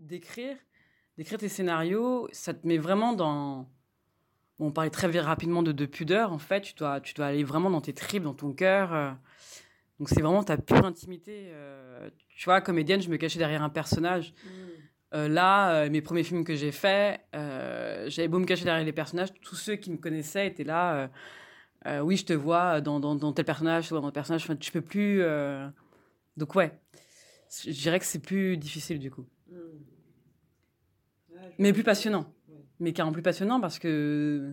d'écrire tes scénarios, ça te met vraiment dans... Bon, on parlait très rapidement de pudeur, en fait. Tu dois aller vraiment dans tes tripes, dans ton cœur. Donc, c'est vraiment ta pure intimité. Tu vois, comédienne, je me cachais derrière un personnage. Là, mes premiers films que j'ai faits, j'avais beau me cacher derrière les personnages, tous ceux qui me connaissaient étaient là. Oui, je te vois dans tel personnage, je te vois dans tel personnage. Enfin, tu peux plus... Donc, ouais. Je dirais que c'est plus difficile, du coup. Mais plus passionnant. Mais carrément plus passionnant parce que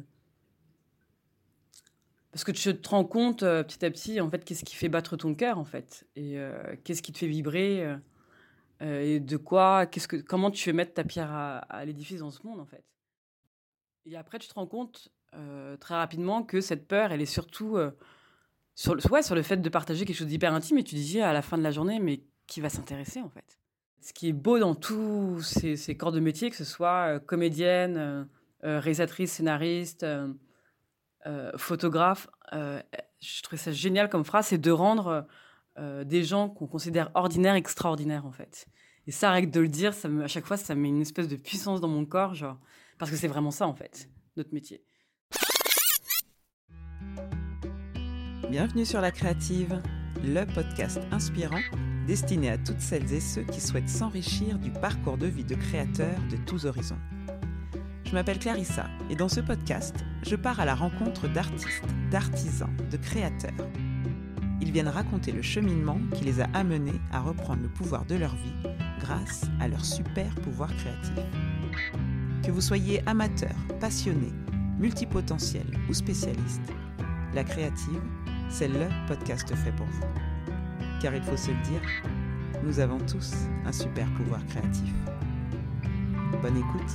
tu te rends compte petit à petit, en fait, qu'est-ce qui fait battre ton cœur, en fait. Et qu'est-ce qui te fait vibrer et de quoi, comment tu veux mettre ta pierre à l'édifice dans ce monde, en fait. Et après, tu te rends compte très rapidement que cette peur, elle est surtout sur le fait de partager quelque chose d'hyper intime. Et tu disais à la fin de la journée, mais qui va s'intéresser, en fait. Ce qui est beau dans tous ces corps de métier, que ce soit comédienne, réalisatrice, scénariste, photographe, je trouvais ça génial comme phrase, c'est de rendre des gens qu'on considère ordinaires extraordinaires, en fait. Et ça, rien que de le dire, à chaque fois, ça met une espèce de puissance dans mon corps, genre, parce que c'est vraiment ça, en fait, notre métier. Bienvenue sur La Créative, le podcast inspirant destiné à toutes celles et ceux qui souhaitent s'enrichir du parcours de vie de créateurs de tous horizons. Je m'appelle Clarissa et dans ce podcast, je pars à la rencontre d'artistes, d'artisans, de créateurs. Ils viennent raconter le cheminement qui les a amenés à reprendre le pouvoir de leur vie grâce à leur super pouvoir créatif. Que vous soyez amateur, passionné, multipotentiel ou spécialiste, La Créative, c'est le podcast fait pour vous. Car il faut se le dire, nous avons tous un super pouvoir créatif. Bonne écoute.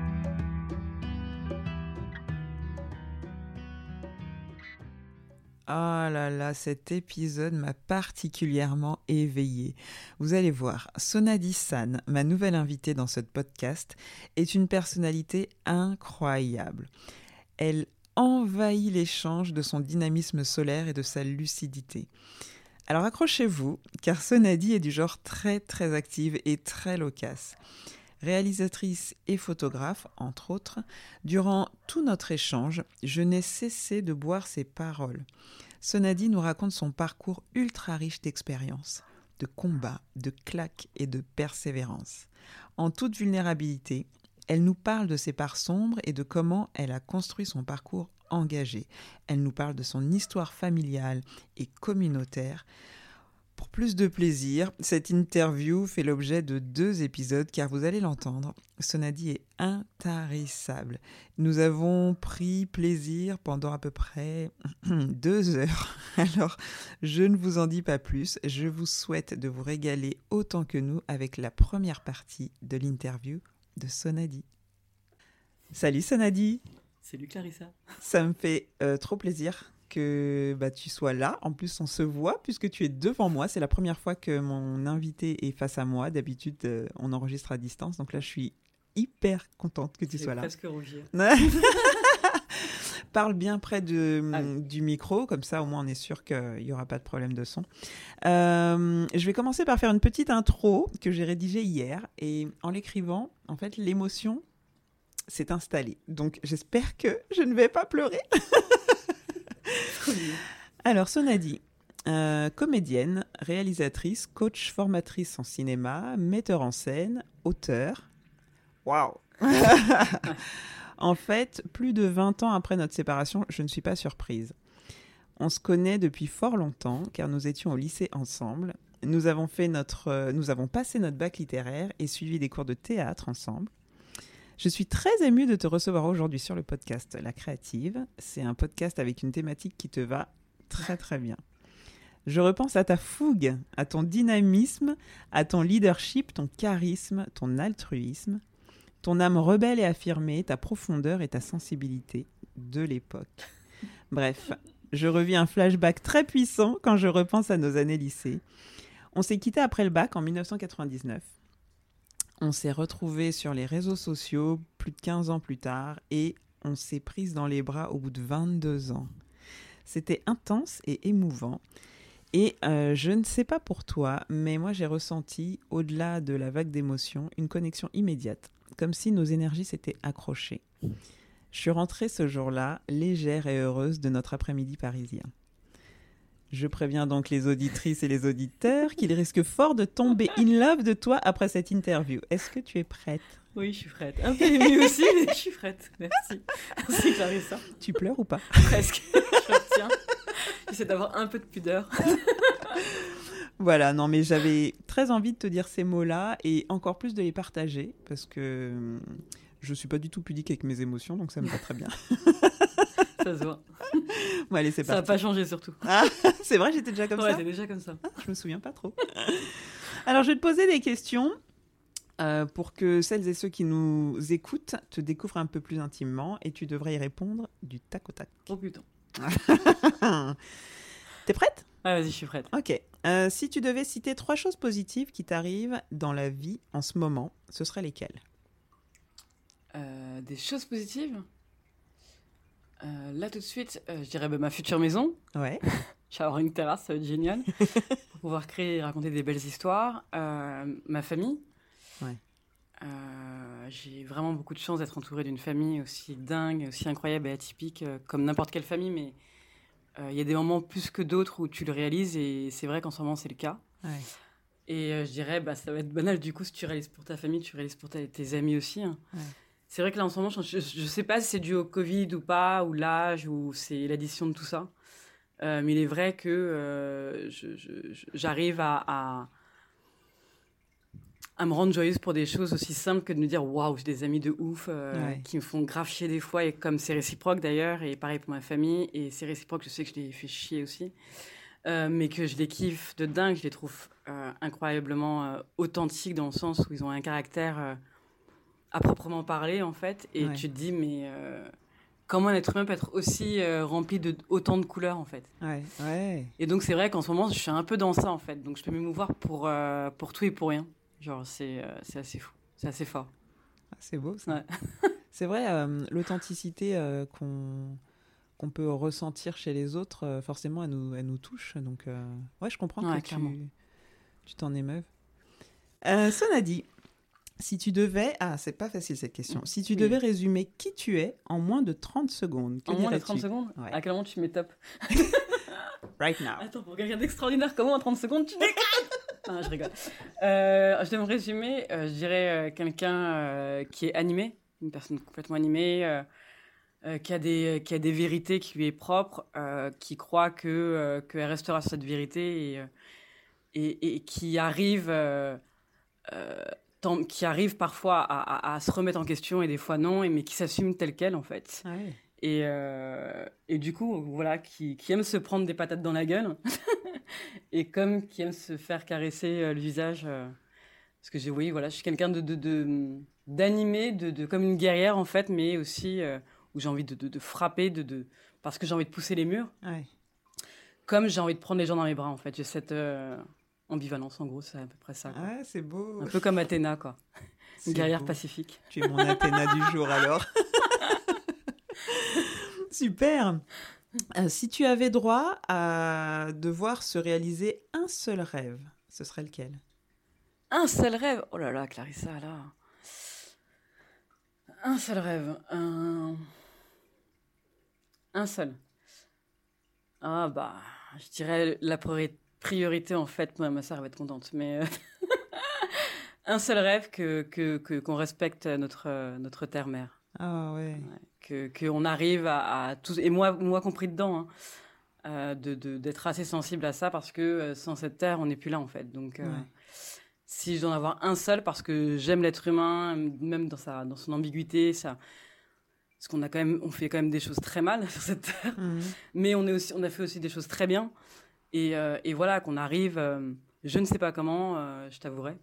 Oh là là, cet épisode m'a particulièrement éveillée. Vous allez voir, Sonadi San, ma nouvelle invitée dans ce podcast, est une personnalité incroyable. Elle envahit l'échange de son dynamisme solaire et de sa lucidité. Alors accrochez-vous, car Sonadi est du genre très très active et très loquace. Réalisatrice et photographe, entre autres, durant tout notre échange, je n'ai cessé de boire ses paroles. Sonadi nous raconte son parcours ultra riche d'expériences, de combats, de claques et de persévérance. En toute vulnérabilité, elle nous parle de ses parts sombres et de comment elle a construit son parcours engagé. Elle nous parle de son histoire familiale et communautaire. Pour plus de plaisir, cette interview fait l'objet de 2 épisodes car vous allez l'entendre, Sonadi est intarissable. Nous avons pris plaisir pendant à peu près 2 heures. Alors, je ne vous en dis pas plus, je vous souhaite de vous régaler autant que nous avec la première partie de l'interview de Sonadi. Salut Sonadi. Salut Clarissa. Ça me fait trop plaisir que tu sois là. En plus, on se voit puisque tu es devant moi. C'est la première fois que mon invité est face à moi. D'habitude, on enregistre à distance. Donc là, je suis hyper contente que tu sois là. Presque rougir. Parle bien près du micro, comme ça au moins on est sûr qu'il n'y aura pas de problème de son. Je vais commencer par faire une petite intro que j'ai rédigée hier. Et en l'écrivant, en fait, l'émotion s'est installée. Donc j'espère que je ne vais pas pleurer. Alors Sonadi, comédienne, réalisatrice, coach, formatrice en cinéma, metteur en scène, auteur. Waouh. En fait, plus de 20 ans après notre séparation, je ne suis pas surprise. On se connaît depuis fort longtemps car nous étions au lycée ensemble. Nous avons passé notre bac littéraire et suivi des cours de théâtre ensemble. Je suis très émue de te recevoir aujourd'hui sur le podcast La Créative. C'est un podcast avec une thématique qui te va très très bien. Je repense à ta fougue, à ton dynamisme, à ton leadership, ton charisme, ton altruisme, ton âme rebelle et affirmée, ta profondeur et ta sensibilité de l'époque. Bref, je revis un flashback très puissant quand je repense à nos années lycée. On s'est quittés après le bac en 1999. On s'est retrouvés sur les réseaux sociaux plus de 15 ans plus tard et on s'est prises dans les bras au bout de 22 ans. C'était intense et émouvant. Et je ne sais pas pour toi, mais moi j'ai ressenti, au-delà de la vague d'émotions, une connexion immédiate, comme si nos énergies s'étaient accrochées. Je suis rentrée ce jour-là, légère et heureuse de notre après-midi parisien. Je préviens donc les auditrices et les auditeurs qu'ils risquent fort de tomber in love de toi après cette interview. Est-ce que tu es prête ? Oui, je suis prête. Un peu émue aussi, mais je suis prête. Merci. Merci Clarissa. Tu pleures ou pas ? Presque. Je retiens. J'essaie d'avoir un peu de pudeur. Voilà, non mais j'avais très envie de te dire ces mots-là et encore plus de les partager parce que je suis pas du tout pudique avec mes émotions, donc ça me va très bien. Ça se voit. Bon, allez, c'est Ça parti. n'a pas changé surtout. Ah, c'est vrai, j'étais déjà comme Ouais, ça. t'es déjà comme ça. Ah, je me souviens pas trop. Alors, je vais te poser des questions pour que celles et ceux qui nous écoutent te découvrent un peu plus intimement et tu devrais y répondre du tac au tac. Oh putain. T'es prête ? Ouais, vas-y, je suis prête. Ok. Si tu devais citer 3 choses positives qui t'arrivent dans la vie en ce moment, ce seraient lesquelles ? Des choses positives. Là, tout de suite, je dirais ma future maison. Ouais. Je vais avoir une terrasse, ça va être génial. Pour pouvoir créer et raconter des belles histoires. Ma famille. Ouais. J'ai vraiment beaucoup de chance d'être entourée d'une famille aussi dingue, aussi incroyable et atypique, comme n'importe quelle famille, mais il y a des moments plus que d'autres où tu le réalises, et c'est vrai qu'en ce moment, c'est le cas. Ouais. Et je dirais, ça va être banal, du coup, si tu réalises pour ta famille, tu réalises pour tes amis aussi. Hein. Ouais. C'est vrai que là, en ce moment, je sais pas si c'est dû au Covid ou pas, ou l'âge, ou c'est l'addition de tout ça. Mais il est vrai que j'arrive à me rendre joyeuse pour des choses aussi simples que de me dire waouh, j'ai des amis de ouf qui me font grave chier des fois, et comme c'est réciproque d'ailleurs, et pareil pour ma famille, et c'est réciproque, je sais que je les fais chier aussi, mais que je les kiffe de dingue, je les trouve incroyablement authentiques, dans le sens où ils ont un caractère à proprement parler en fait, et tu te dis mais comment un être humain peut être aussi rempli de autant de couleurs en fait. Ouais. Et donc c'est vrai qu'en ce moment je suis un peu dans ça en fait, donc je peux m'émouvoir pour tout et pour rien. Genre, c'est assez fou, c'est assez fort. Ah, c'est beau, ça. Ouais. C'est vrai, l'authenticité qu'on peut ressentir chez les autres, forcément, elle nous touche. Donc, ouais, je comprends que tu t'en émeuves. Sonadi, si tu devais... Ah, c'est pas facile cette question. Si tu devais résumer qui tu es en moins de 30 secondes, que dirais-tu ? En moins de 30 secondes ? À quel moment tu mets top ? Right now. Attends, pour quelqu'un d'extraordinaire, comment en 30 secondes tu déconnes ? Non, je rigole. Je vais me résumer. Je dirais quelqu'un qui est animé, une personne complètement animée, qui a des vérités qui lui est propre, qui croit qu'elle restera sur cette vérité, et qui arrive parfois à se remettre en question, et des fois non, mais qui s'assume tel quel en fait. Ouais. Et du coup, voilà, qui aime se prendre des patates dans la gueule. Et comme qui aime se faire caresser le visage, parce que je suis quelqu'un d'animé, comme une guerrière en fait, mais aussi où j'ai envie de frapper, parce que j'ai envie de pousser les murs, comme j'ai envie de prendre les gens dans mes bras en fait. J'ai cette ambivalence, en gros, c'est à peu près ça. Quoi. Ah, c'est beau. Un peu comme Athéna, quoi. Une guerrière pacifique. Tu es mon Athéna du jour alors. Super. Si tu avais droit à devoir se réaliser un seul rêve, ce serait lequel ? Un seul rêve ? Oh là là, Clarissa, là. Un seul rêve. Un seul. Ah je dirais la priorité en fait. Ma sœur va être contente, mais un seul rêve qu'on respecte notre terre-mère. Ah ouais. Qu'on arrive à tous, et moi compris dedans, hein, d'être assez sensible à ça, parce que sans cette terre, on n'est plus là en fait. Donc, si je dois en avoir un seul, parce que j'aime l'être humain, même dans son ambiguïté, ça, parce on fait quand même des choses très mal sur cette terre, mais on a fait aussi des choses très bien, et voilà, qu'on arrive, je ne sais pas comment, je t'avouerai.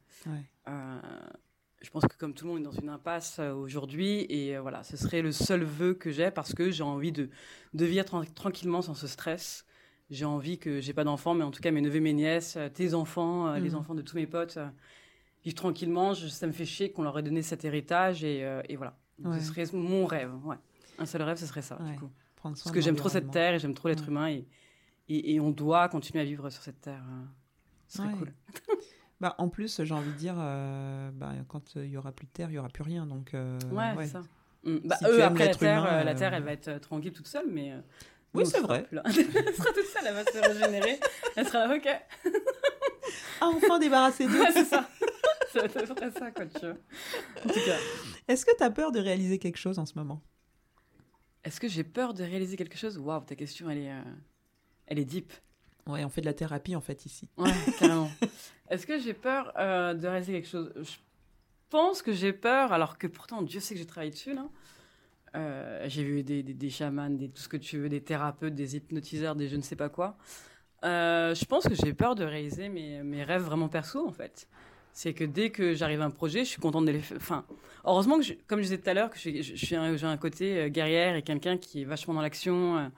Je pense que comme tout le monde est dans une impasse aujourd'hui, et voilà, ce serait le seul vœu que j'ai, parce que j'ai envie de vivre tranquillement sans ce stress. J'ai envie que j'ai pas d'enfants, mais en tout cas mes neveux, mes nièces, tes enfants, les enfants de tous mes potes, vivent tranquillement. Ça me fait chier qu'on leur ait donné cet héritage, et voilà. Donc, ce serait mon rêve. Ouais. Un seul rêve, ce serait ça. Du coup. Parce que j'aime trop cette terre, et j'aime trop l'être humain, et et on doit continuer à vivre sur cette terre. Ce serait cool. Bah, en plus, j'ai envie de dire, quand il y aura plus de terre, il y aura plus rien. Donc, c'est ça. Si tu aimes après l'être humain, la terre, elle va être tranquille toute seule, mais oui, c'est vrai. Elle sera toute seule, elle va se régénérer. Elle sera là, ok. Enfin débarrassée d'eux. Ouais, c'est ça. Ça va être à peu près ça, quoi, tu vois. En tout cas. Est-ce que tu as peur de réaliser quelque chose en ce moment? Est-ce que j'ai peur de réaliser quelque chose? Waouh, ta question, elle est deep. Ouais, on fait de la thérapie en fait ici. Ouais, carrément. Est-ce que j'ai peur de réaliser quelque chose? Je pense que j'ai peur, alors que pourtant, Dieu sait que j'ai travaillé dessus, là. J'ai vu des chamans, tout ce que tu veux, des thérapeutes, des hypnotiseurs, des je ne sais pas quoi. Je pense que j'ai peur de réaliser mes rêves vraiment perso, en fait. C'est que dès que j'arrive à un projet, je suis contente de les faire. Enfin, heureusement que, comme je disais tout à l'heure, que j'ai un côté guerrière et quelqu'un qui est vachement dans l'action.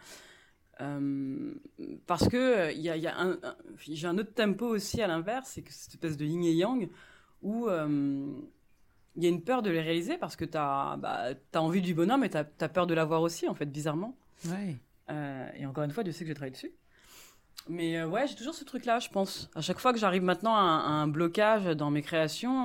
Parce que j'ai un autre tempo aussi à l'inverse, c'est que cette espèce de yin et yang où il y a une peur de les réaliser parce que t'as envie du bonhomme et t'as peur de l'avoir aussi, en fait, bizarrement. Ouais. Et encore une fois, Dieu sait que j'ai travaillé dessus. Mais ouais, j'ai toujours ce truc-là, je pense. À chaque fois que j'arrive maintenant à un blocage dans mes créations,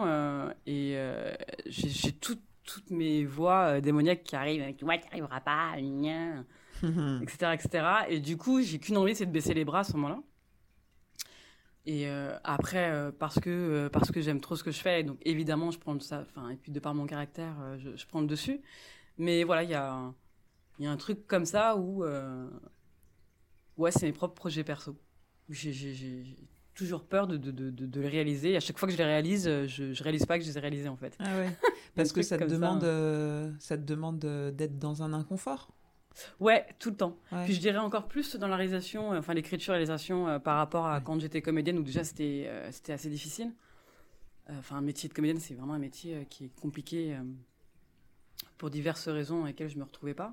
j'ai toutes mes voix démoniaques qui arrivent, avec ouais, tu arriveras pas, etc., etc. Et du coup, j'ai qu'une envie, c'est de baisser les bras à ce moment-là. Et après, parce que j'aime trop ce que je fais, donc évidemment, je prends ça. Enfin, et puis de par mon caractère, je prends le dessus. Mais voilà, il y a un truc comme ça où ouais, c'est mes propres projets perso. J'ai toujours peur de les réaliser. Et à chaque fois que je les réalise, je réalise pas que je les ai réalisés, en fait. Ah ouais. Parce que ça te demande d'être dans un inconfort. Ouais, tout le temps. Ouais. Puis je dirais encore plus dans la réalisation, enfin l'écriture et réalisation par rapport à quand j'étais comédienne, où déjà c'était assez difficile. Enfin, un métier de comédienne, c'est vraiment un métier qui est compliqué pour diverses raisons avec lesquelles je me retrouvais pas.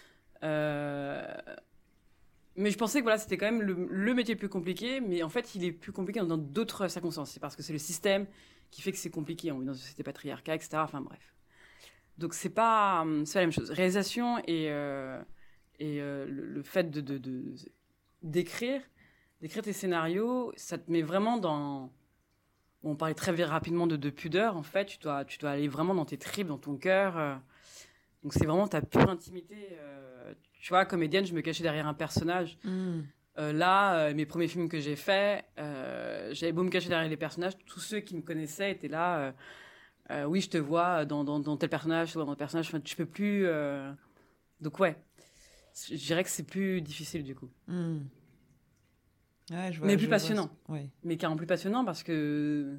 Mais je pensais que voilà, c'était quand même le métier le plus compliqué, mais en fait, il est plus compliqué dans d'autres circonstances. C'est parce que c'est le système qui fait que c'est compliqué. On vit dans une société patriarcale, etc. Enfin bref. Donc c'est pas la même chose. Réalisation et le fait d'écrire tes scénarios, ça te met vraiment dans... On parlait très rapidement de pudeur, en fait. Tu dois aller vraiment dans tes tripes, dans ton cœur. Donc c'est vraiment ta pure intimité. Tu vois, comédienne, je me cachais derrière un personnage. Là, mes premiers films que j'ai faits, j'avais beau me cacher derrière les personnages, tous ceux qui me connaissaient étaient là. Oui, je te vois dans tel personnage, je te vois dans tel personnage. Enfin, tu peux plus... Donc ouais, je dirais que c'est plus difficile du coup. Ouais, je vois, mais plus passionnant. Ouais. Mais carrément plus passionnant parce que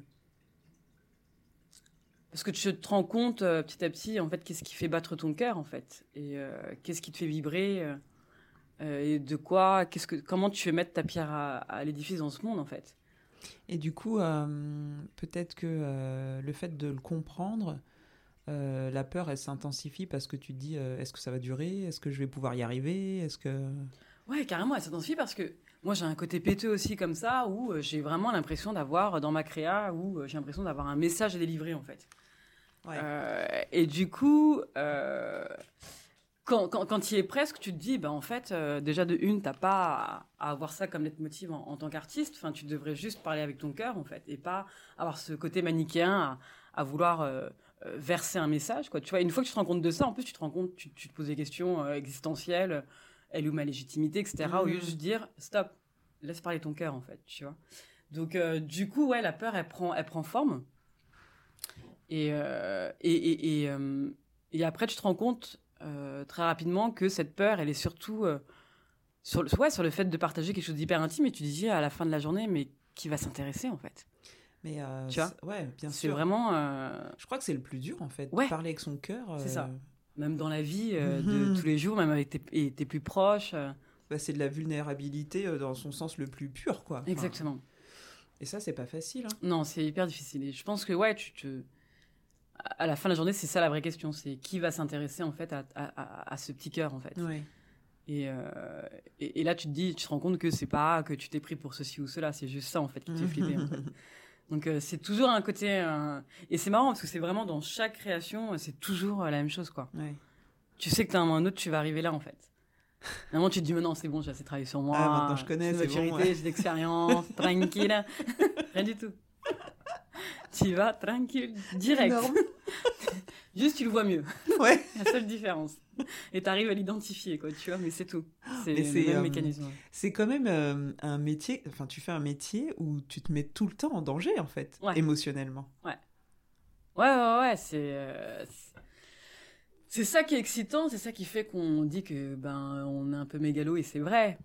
tu te rends compte petit à petit, en fait, qu'est-ce qui fait battre ton cœur, en fait. Et qu'est-ce qui te fait vibrer et de quoi, comment tu veux mettre ta pierre à l'édifice dans ce monde, en fait. Et du coup, peut-être que le fait de le comprendre, la peur, elle s'intensifie parce que tu te dis, est-ce que ça va durer? Est-ce que je vais pouvoir y arriver? Est-ce que... Ouais, carrément, elle s'intensifie parce que moi, j'ai un côté péteux aussi comme ça, où j'ai vraiment l'impression d'avoir, dans ma créa, où j'ai l'impression d'avoir un message à délivrer, en fait. Ouais. Et du coup, quand tu y es presque, tu te dis, en fait, déjà de une, t'as pas à avoir ça comme leitmotiv en tant qu'artiste. Enfin, tu devrais juste parler avec ton cœur, en fait, et pas avoir ce côté manichéen à vouloir verser un message, quoi. Tu vois, une fois que tu te rends compte de ça, en plus, tu te rends compte, tu te poses des questions existentielles, elle est où ma légitimité, etc. Au lieu de juste dire, stop, laisse parler ton cœur, en fait, tu vois. Donc, du coup, ouais, la peur, elle prend forme. Et après, tu te rends compte très rapidement que cette peur, elle est surtout sur le fait de partager quelque chose d'hyper intime. Et tu dis à la fin de la journée, mais qui va s'intéresser, en fait? Mais tu vois, ouais, bien sûr. C'est vraiment... Je crois que c'est le plus dur, en fait, ouais, de parler avec son cœur. C'est ça. Même dans la vie de tous les jours, même avec tes plus proches. C'est de la vulnérabilité dans son sens le plus pur, quoi. Enfin, exactement. Et ça, c'est pas facile. Hein. Non, c'est hyper difficile. Et je pense que, ouais, à la fin de la journée, c'est ça la vraie question. C'est qui va s'intéresser, en fait, à ce petit cœur, en fait. Ouais. Et là, tu te rends compte que c'est pas que tu t'es pris pour ceci ou cela. C'est juste ça, en fait, qui te fait flipper, en fait. Donc, c'est toujours un côté... Et c'est marrant, parce que c'est vraiment dans chaque création, c'est toujours la même chose, quoi. Ouais. Tu sais que t'as un moment ou un autre, tu vas arriver là, en fait. À un moment, tu te dis, mais non, c'est bon, j'ai assez travaillé sur moi. Ah, maintenant je connais, j'ai de c'est bon. maturité, j'ai d'expérience, tranquille. Rien du tout. Tu y vas tranquille, direct. Énorme. Juste, tu le vois mieux. Ouais. La seule différence. Et tu arrives à l'identifier, quoi, tu vois, mais c'est tout. C'est Mais le même mécanisme. C'est quand même un métier, enfin tu fais un métier où tu te mets tout le temps en danger en fait, émotionnellement. Ouais, c'est ça qui est excitant, c'est ça qui fait qu'on dit que on est un peu mégalo et c'est vrai.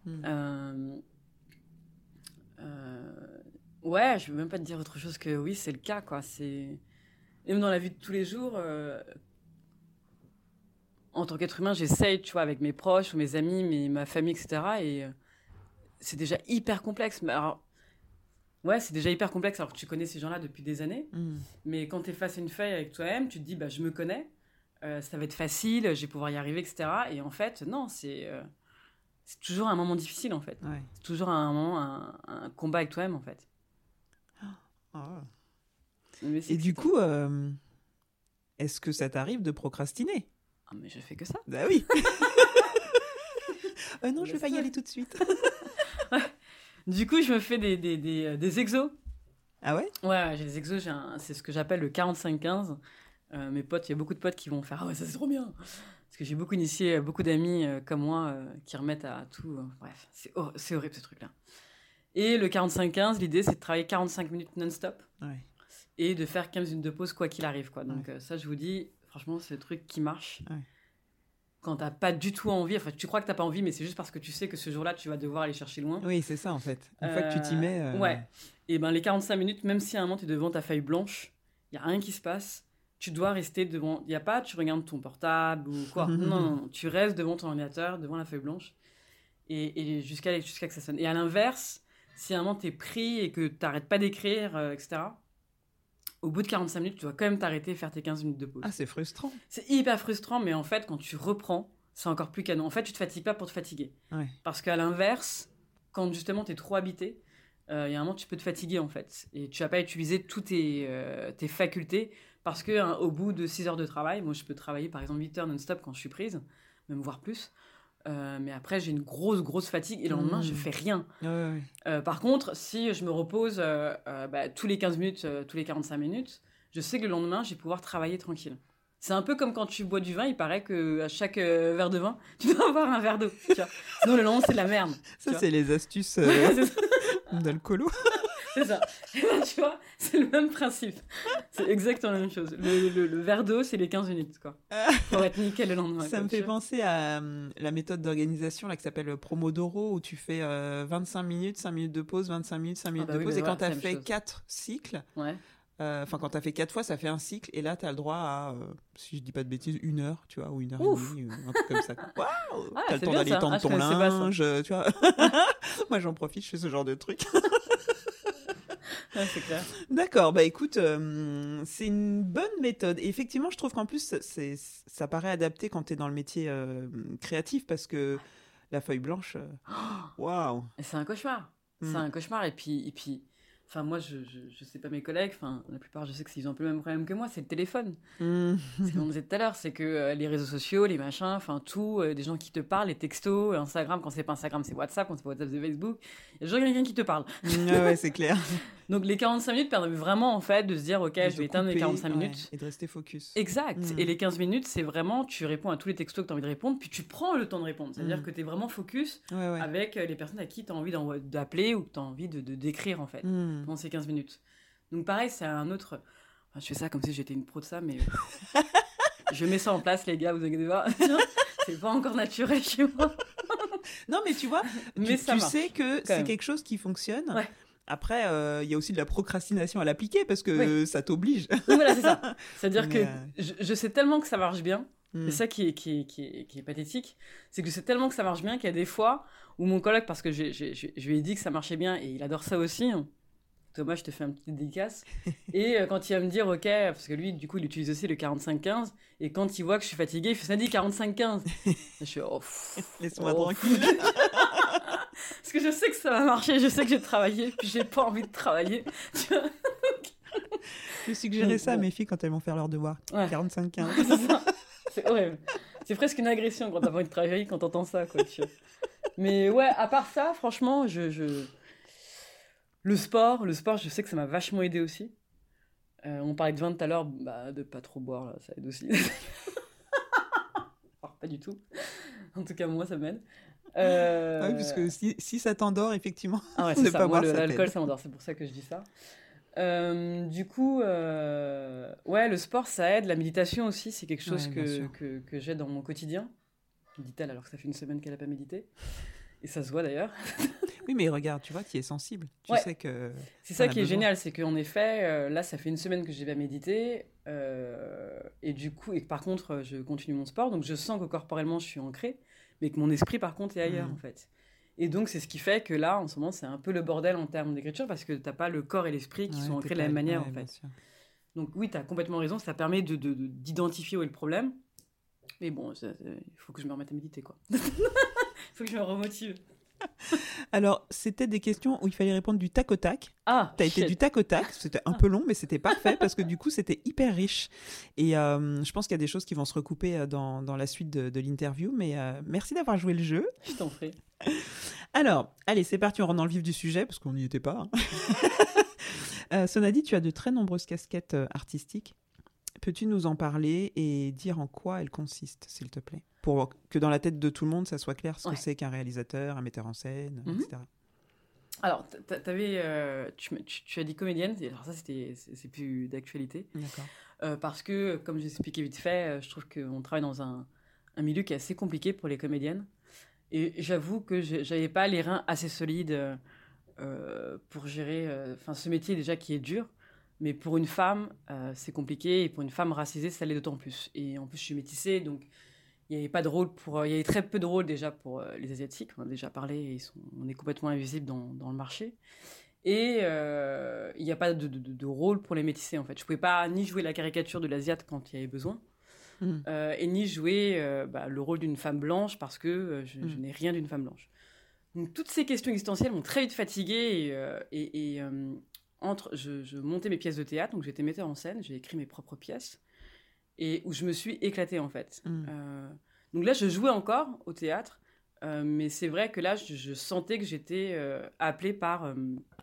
Ouais, je veux même pas te dire autre chose que oui, c'est le cas, quoi. C'est même dans la vie de tous les jours. En tant qu'être humain, j'essaye, tu vois, avec mes proches, mes amis, ma famille, etc. Et c'est déjà hyper complexe. Mais alors, ouais, c'est déjà hyper complexe alors que tu connais ces gens-là depuis des années. Mais quand tu es face à une feuille avec toi-même, tu te dis, je me connais, ça va être facile, je vais pouvoir y arriver, etc. Et en fait, non, c'est toujours un moment difficile, en fait. Ouais. C'est toujours un moment, un combat avec toi-même, en fait. Et du coup, est-ce que ça t'arrive de procrastiner ? Ah, mais je fais que ça. Bah oui. Non, je vais pas y aller tout de suite. Du coup, je me fais des exos. Ah ouais ? Ouais, j'ai des exos, c'est ce que j'appelle le 45-15. Mes potes, il y a beaucoup de potes qui vont faire « Ah ouais, ça c'est trop bien !» Parce que j'ai beaucoup initié, beaucoup d'amis comme moi qui remettent à tout. Bref, c'est horrible ce truc-là. Et le 45-15, l'idée c'est de travailler 45 minutes non-stop et de faire 15 minutes de pause quoi qu'il arrive, quoi. Donc ça, je vous dis, franchement, c'est le truc qui marche. Quand t'as pas du tout envie, enfin tu crois que t'as pas envie, mais c'est juste parce que tu sais que ce jour-là, tu vas devoir aller chercher loin. Oui, c'est ça en fait. Une fois que tu t'y mets... Ouais. Et les 45 minutes, même si à un moment tu es devant ta feuille blanche, il n'y a rien qui se passe, tu dois rester devant... Il n'y a pas, tu regardes ton portable ou quoi. Non, tu restes devant ton ordinateur, devant la feuille blanche, et jusqu'à que ça sonne. Et à l'inverse, si à un moment tu es pris et que tu n'arrêtes pas d'écrire, etc., au bout de 45 minutes, tu dois quand même t'arrêter et faire tes 15 minutes de pause. Ah, c'est frustrant. C'est hyper frustrant, mais en fait, quand tu reprends, c'est encore plus canon. En fait, tu te fatigues pas pour te fatiguer. Parce qu'à l'inverse, quand justement tu es trop habité, il y a un moment tu peux te fatiguer en fait. Et tu vas pas utiliser toutes tes facultés parce qu'au bout de 6 heures de travail, moi je peux travailler par exemple 8 heures non-stop quand je suis prise, même voire plus. Mais après j'ai une grosse fatigue et le lendemain je fais rien. Par contre, si je me repose tous les 15 minutes, tous les 45 minutes, je sais que le lendemain je vais pouvoir travailler tranquille. C'est un peu comme quand tu bois du vin, il paraît qu'à chaque verre de vin, tu dois avoir un verre d'eau. Sinon, le lendemain, c'est de la merde. Ça, c'est les astuces d'alcoolo. C'est ça. Et tu vois, c'est le même principe. C'est exactement la même chose. Le verre d'eau, c'est les 15 minutes, quoi. Pour être nickel le lendemain. Ça me fait penser à la méthode d'organisation là, qui s'appelle Promodoro, où tu fais 25 minutes, 5 minutes de pause, 25 minutes, 5 minutes de pause. Et quand tu as fait 4 cycles... Enfin, quand t'as fait 4 fois, ça fait un cycle, et là, t'as le droit à, si je dis pas de bêtises, 1 heure, tu vois, ou 1 heure et demie, ou un truc comme ça. Waouh, t'as le temps d'aller tendre ton linge, tu vois. Moi, j'en profite, je fais ce genre de truc. C'est clair. D'accord, écoute, c'est une bonne méthode. Et effectivement, je trouve qu'en plus, ça paraît adapté quand t'es dans le métier créatif, parce que la feuille blanche, waouh. C'est un cauchemar. C'est un cauchemar, et puis... Enfin, moi, je sais pas mes collègues, enfin, la plupart, je sais qu'ils ont un peu le même problème que moi, c'est le téléphone. C'est comme on disait tout à l'heure, c'est que les réseaux sociaux, les machins, enfin, tout, des gens qui te parlent, les textos, Instagram, quand c'est pas Instagram, c'est WhatsApp, quand c'est pas WhatsApp, c'est Facebook. Il y a toujours quelqu'un qui te parle. Ouais, c'est clair. Donc, les 45 minutes permettent vraiment, en fait, de se dire, OK, je vais éteindre les 45 minutes. Et de rester focus. Exact. Et les 15 minutes, c'est vraiment, tu réponds à tous les textos que tu as envie de répondre, puis tu prends le temps de répondre. C'est-à-dire que tu es vraiment focus avec les personnes à qui tu as envie d'appeler ou que tu as envie de d'écrire, en fait, pendant ces 15 minutes. Donc, pareil, c'est un autre... Enfin, je fais ça comme si j'étais une pro de ça, mais... je mets ça en place, les gars, vous inquiétez pas. C'est pas encore naturel chez moi. Non, mais tu vois, tu sais que c'est quelque chose qui fonctionne. Ouais. Après, il y a aussi de la procrastination à l'appliquer parce que ça t'oblige. Oui, voilà, c'est ça. C'est-à-dire que je sais tellement que ça marche bien. C'est ça qui est pathétique. C'est que je sais tellement que ça marche bien qu'il y a des fois où mon collègue, parce que je lui ai dit que ça marchait bien et il adore ça aussi. Thomas, je te fais un petit dédicace. Et quand il va me dire, OK, parce que lui, du coup, il utilise aussi le 45-15. Et quand il voit que je suis fatiguée, il fait ça dit 45-15. Je suis laisse-moi tranquille. Parce que je sais que ça va marcher, je sais que j'ai travaillé, puis j'ai pas envie de travailler. Tu vois. Je suggérais ça à mes filles quand elles vont faire leurs devoirs. 45-15. C'est horrible. C'est presque une agression quand t'as pas envie de travailler, quand t'entends ça, quoi. Mais ouais, à part ça, franchement, le sport, je sais que ça m'a vachement aidé aussi. On parlait de vin tout à l'heure, de pas trop boire, là, ça aide aussi. Alors, pas du tout. En tout cas, moi, ça m'aide. Oui, parce que si ça t'endort, effectivement, ah ouais, ne c'est ça. pas Moi, boire, ça l'alcool, t'aide. ça m'endort. C'est pour ça que je dis ça. Du coup, ouais, le sport, ça aide. La méditation aussi, c'est quelque chose Ouais, bien sûr. que j'ai dans mon quotidien. Dit-elle alors que ça fait une semaine qu'elle n'a pas médité. Et ça se voit d'ailleurs. Oui, mais regarde, tu vois, tu es sensible. Tu Ouais. sais que C'est t'en ça as qui est besoin. génial, c'est qu'en effet, là, ça fait une semaine que j'ai pas médité. Et du coup, et que par contre, je continue mon sport. Donc, je sens que corporellement, je suis ancrée. Mais que mon esprit, par contre, est ailleurs, en fait. Et donc, c'est ce qui fait que là, en ce moment, c'est un peu le bordel en termes d'écriture parce que t'as pas le corps et l'esprit qui sont Ouais, ancrés de la même manière, ouais, en bien fait. sûr. Donc, oui, t'as complètement raison. Ça permet d'identifier où est le problème. Mais bon, il faut que je me remette à méditer, quoi. Il faut que je me remotive. Alors, c'était des questions où il fallait répondre du tac au tac. Ah, T'as été shit. du tac au tac, c'était un peu long, mais c'était parfait parce que du coup, c'était hyper riche. Et je pense qu'il y a des choses qui vont se recouper dans la suite de l'interview, mais merci d'avoir joué le jeu. Je t'en prie. Alors, allez, c'est parti, on rentre dans le vif du sujet parce qu'on n'y était pas. Sonadi, tu as de très nombreuses casquettes artistiques. Peux-tu nous en parler et dire en quoi elles consistent, s'il te plaît? Pour que dans la tête de tout le monde, ça soit clair ce que c'est qu'un réalisateur, un metteur en scène, etc. Alors, tu as dit comédienne, alors ça, c'est plus d'actualité. D'accord. Parce que, comme j'ai expliqué vite fait, je trouve qu'on travaille dans un milieu qui est assez compliqué pour les comédiennes. Et j'avoue que j'avais pas les reins assez solides pour gérer ce métier déjà qui est dur. Mais pour une femme, c'est compliqué. Et pour une femme racisée, ça l'est d'autant plus. Et en plus, je suis métissée, donc il n'y avait pas de rôle il y avait très peu de rôles déjà pour les Asiatiques. On en a déjà parlé, et on est complètement invisible dans le marché. Et il n'y a pas de rôle pour les métissés, en fait. Je ne pouvais pas ni jouer la caricature de l'Asiate quand il y avait besoin, et ni jouer le rôle d'une femme blanche parce que je n'ai rien d'une femme blanche. Donc toutes ces questions existentielles m'ont très vite fatiguée je montais mes pièces de théâtre, donc j'étais metteur en scène, j'ai écrit mes propres pièces et où je me suis éclatée en fait. Donc là je jouais encore au théâtre, mais c'est vrai que là je sentais que j'étais appelée par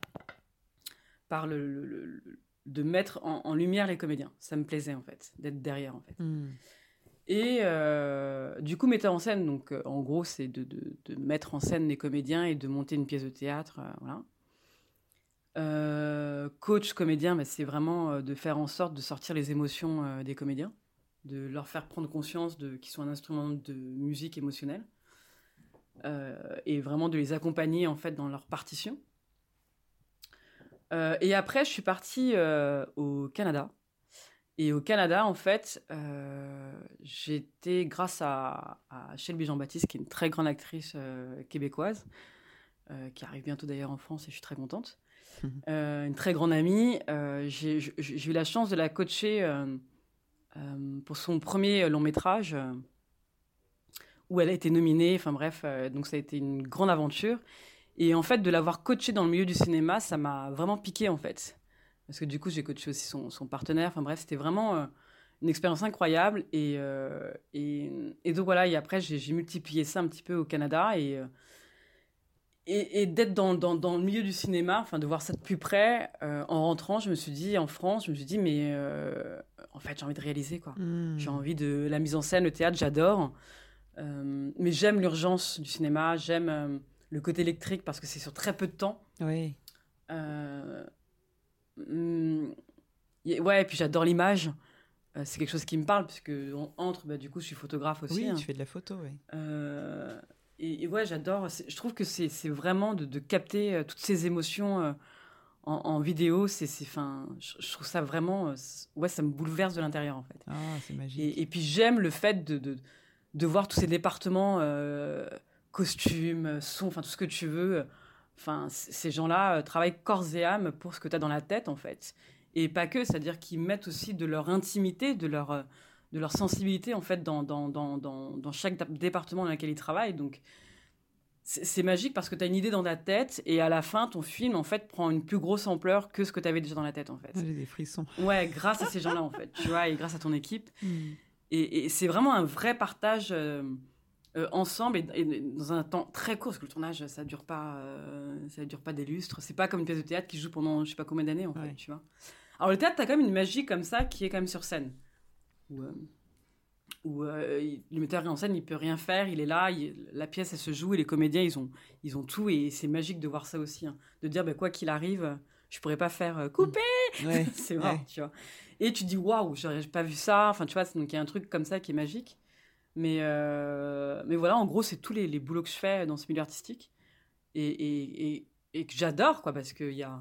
de mettre en lumière les comédiens. Ça me plaisait en fait, d'être derrière en fait. Et du coup, metteur en scène, donc en gros, c'est de mettre en scène les comédiens et de monter une pièce de théâtre. Voilà. Coach comédien, c'est vraiment de faire en sorte de sortir les émotions des comédiens, de leur faire prendre conscience qu'ils sont un instrument de musique émotionnelle et vraiment de les accompagner en fait dans leur partition. Et après, je suis partie au Canada. Et au Canada, en fait, j'étais grâce à Shelby Jean-Baptiste, qui est une très grande actrice québécoise, qui arrive bientôt d'ailleurs en France et je suis très contente. Une très grande amie. J'ai eu la chance de la coacher pour son premier long métrage où elle a été nominée. Enfin bref, donc ça a été une grande aventure. Et en fait, de l'avoir coachée dans le milieu du cinéma, ça m'a vraiment piqué en fait. Parce que du coup, j'ai coaché aussi son partenaire. Enfin bref, c'était vraiment une expérience incroyable. Et donc voilà, et après, j'ai multiplié ça un petit peu au Canada. Et d'être dans le milieu du cinéma, enfin de voir ça de plus près, en rentrant, je me suis dit, en France, je me suis dit, mais en fait, j'ai envie de réaliser, quoi. J'ai envie de la mise en scène, le théâtre, j'adore. Mais j'aime l'urgence du cinéma, j'aime le côté électrique parce que c'est sur très peu de temps. Oui. Ouais, et puis j'adore l'image. C'est quelque chose qui me parle, puisque du coup, je suis photographe aussi. Oui, hein. tu fais de la photo, oui. Et ouais, j'adore. Je trouve que c'est vraiment de capter toutes ces émotions en vidéo. Je trouve ça vraiment... ouais, ça me bouleverse de l'intérieur, en fait. Ah, c'est magique. Et puis j'aime le fait de voir tous ces départements, costumes, son, enfin tout ce que tu veux. Enfin, ces gens-là travaillent corps et âme pour ce que tu as dans la tête, en fait. Et pas que, c'est-à-dire qu'ils mettent aussi de leur intimité, de leur sensibilité, en fait, dans chaque département dans lequel ils travaillent. Donc, c'est magique parce que tu as une idée dans ta tête et à la fin, ton film, en fait, prend une plus grosse ampleur que ce que tu avais déjà dans la tête, en fait. J'ai des frissons. Ouais, grâce à ces gens-là, en fait, tu vois, et grâce à ton équipe. Et c'est vraiment un vrai partage ensemble et dans un temps très court, parce que le tournage, ça dure pas des lustres. C'est pas comme une pièce de théâtre qui joue pendant je sais pas combien d'années, en fait, tu vois. Alors, le théâtre, t'as quand même une magie comme ça qui est quand même sur scène. Où le metteur en scène, il peut rien faire, il est là, la pièce, elle se joue, et les comédiens, ils ont tout, et c'est magique de voir ça aussi, hein. De dire, quoi qu'il arrive, je pourrais pas faire couper. C'est vrai, tu vois. Et tu dis, waouh, j'aurais pas vu ça. Enfin, tu vois, donc il y a un truc comme ça qui est magique. Mais voilà, en gros, c'est tous les boulots que je fais dans ce milieu artistique et que j'adore, quoi, parce qu'il y a.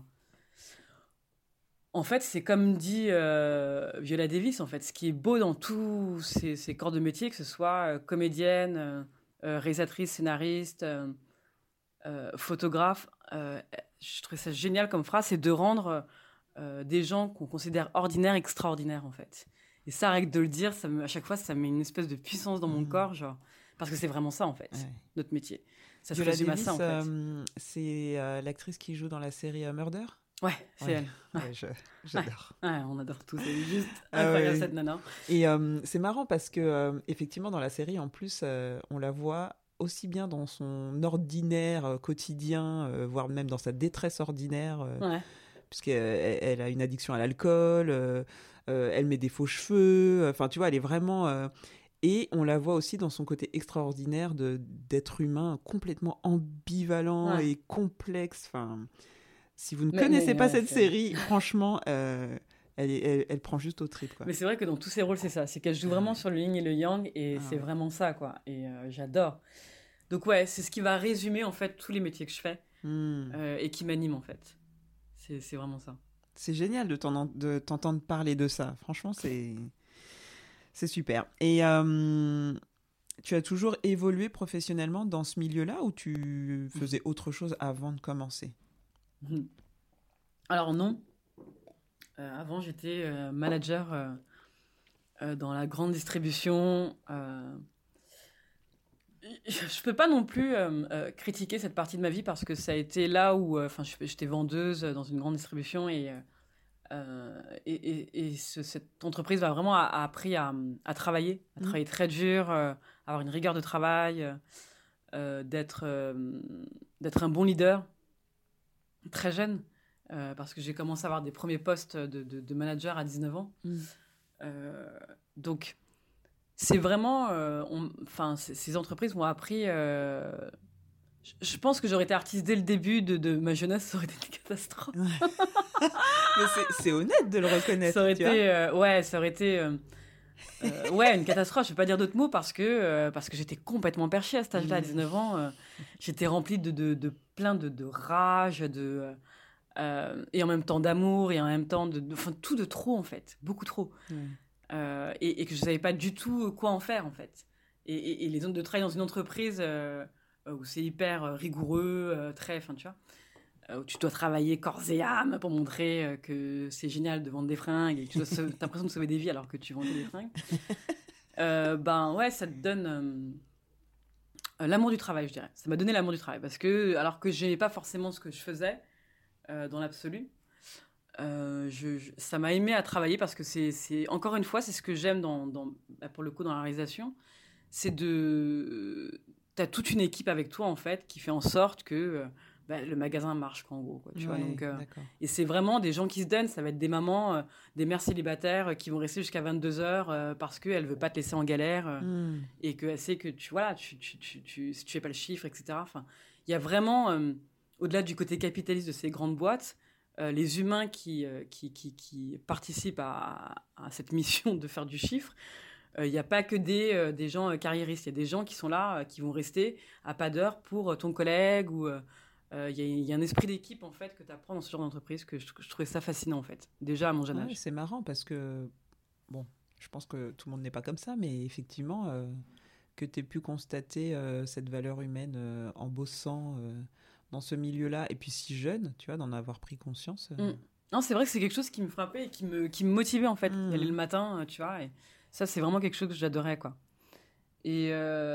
En fait, c'est comme dit Viola Davis, en fait, ce qui est beau dans tous ces corps de métier, que ce soit comédienne, réalisatrice, scénariste, photographe, je trouvais ça génial comme phrase, c'est de rendre des gens qu'on considère ordinaires extraordinaires, en fait. Et ça, avec de le dire, à chaque fois, ça met une espèce de puissance dans mon corps, genre, parce que c'est vraiment ça, en fait, notre métier. Ça se résume à ça, en fait. C'est l'actrice qui joue dans la série Murder. Ouais, c'est elle. Ouais, j'adore. Ouais, on adore tous. C'est juste incroyable, cette nana. Et c'est marrant parce que, effectivement, dans la série, en plus, on la voit aussi bien dans son ordinaire quotidien, voire même dans sa détresse ordinaire, puisqu'elle a une addiction à l'alcool, elle met des faux cheveux, enfin, tu vois, elle est vraiment... Et on la voit aussi dans son côté extraordinaire d'être humain complètement ambivalent et complexe. Enfin, si vous ne connaissez pas cette série, franchement, elle prend juste au trip, quoi. Mais c'est vrai que dans tous ses rôles, c'est ça. C'est qu'elle joue vraiment sur le yin et le yang, et c'est vraiment ça, quoi. Et j'adore. Donc ouais, c'est ce qui va résumer, en fait, tous les métiers que je fais et qui m'animent, en fait. C'est vraiment ça. C'est génial de t'entendre parler de ça. Franchement, c'est super. Et tu as toujours évolué professionnellement dans ce milieu-là, ou tu faisais autre chose avant de commencer ? Alors non. Avant, j'étais manager dans la grande distribution. Je peux pas non plus critiquer cette partie de ma vie, parce que ça a été là où j'étais vendeuse dans une grande distribution, et cette entreprise m'a vraiment appris à travailler, très dur, avoir une rigueur de travail, d'être un bon leader très jeune, parce que j'ai commencé à avoir des premiers postes de manager à 19 ans. Donc, c'est vraiment... ces entreprises m'ont appris... je pense que j'aurais été artiste dès le début de ma jeunesse, ça aurait été une catastrophe. Mais c'est honnête de le reconnaître. Ça aurait été... ça aurait été... une catastrophe, je ne vais pas dire d'autres mots, parce que j'étais complètement perchée à cet âge-là, à 19 ans. J'étais remplie de plein de rage, et en même temps d'amour, et en même temps tout de trop, en fait, beaucoup trop. Et que je ne savais pas du tout quoi en faire, en fait. Et les zones de travail dans une entreprise où c'est hyper rigoureux, tu vois, où tu dois travailler corps et âme pour montrer que c'est génial de vendre des fringues, et que tu as l'impression de sauver des vies alors que tu vendais des fringues. Ça te donne l'amour du travail, je dirais. Ça m'a donné l'amour du travail, parce que, alors que je n'aimais pas forcément ce que je faisais dans l'absolu, ça m'a aimé à travailler, parce que c'est encore une fois, c'est ce que j'aime pour le coup dans la réalisation, c'est t'as toute une équipe avec toi, en fait, qui fait en sorte que le magasin marche, quoi, en gros, quoi, tu vois. Donc, et c'est vraiment des gens qui se donnent. Ça va être des mamans, des mères célibataires qui vont rester jusqu'à 22h parce qu'elle ne veut pas te laisser en galère et qu'elle sait que si tu fais pas le chiffre, etc. Enfin, il y a vraiment, au-delà du côté capitaliste de ces grandes boîtes, les humains qui participent à cette mission de faire du chiffre. Il n'y a pas que des gens carriéristes. Il y a des gens qui sont là, qui vont rester à pas d'heure pour ton collègue, ou il y a un esprit d'équipe, en fait, que tu apprends dans ce genre d'entreprise, que je trouvais ça fascinant, en fait, déjà à mon jeune âge. C'est marrant, parce que, bon, je pense que tout le monde n'est pas comme ça, mais effectivement, que tu aies pu constater cette valeur humaine en bossant dans ce milieu-là, et puis si jeune, tu vois, d'en avoir pris conscience. Non, c'est vrai que c'est quelque chose qui me frappait et qui me motivait, en fait, d'aller le matin, tu vois, et ça, c'est vraiment quelque chose que j'adorais, quoi. Et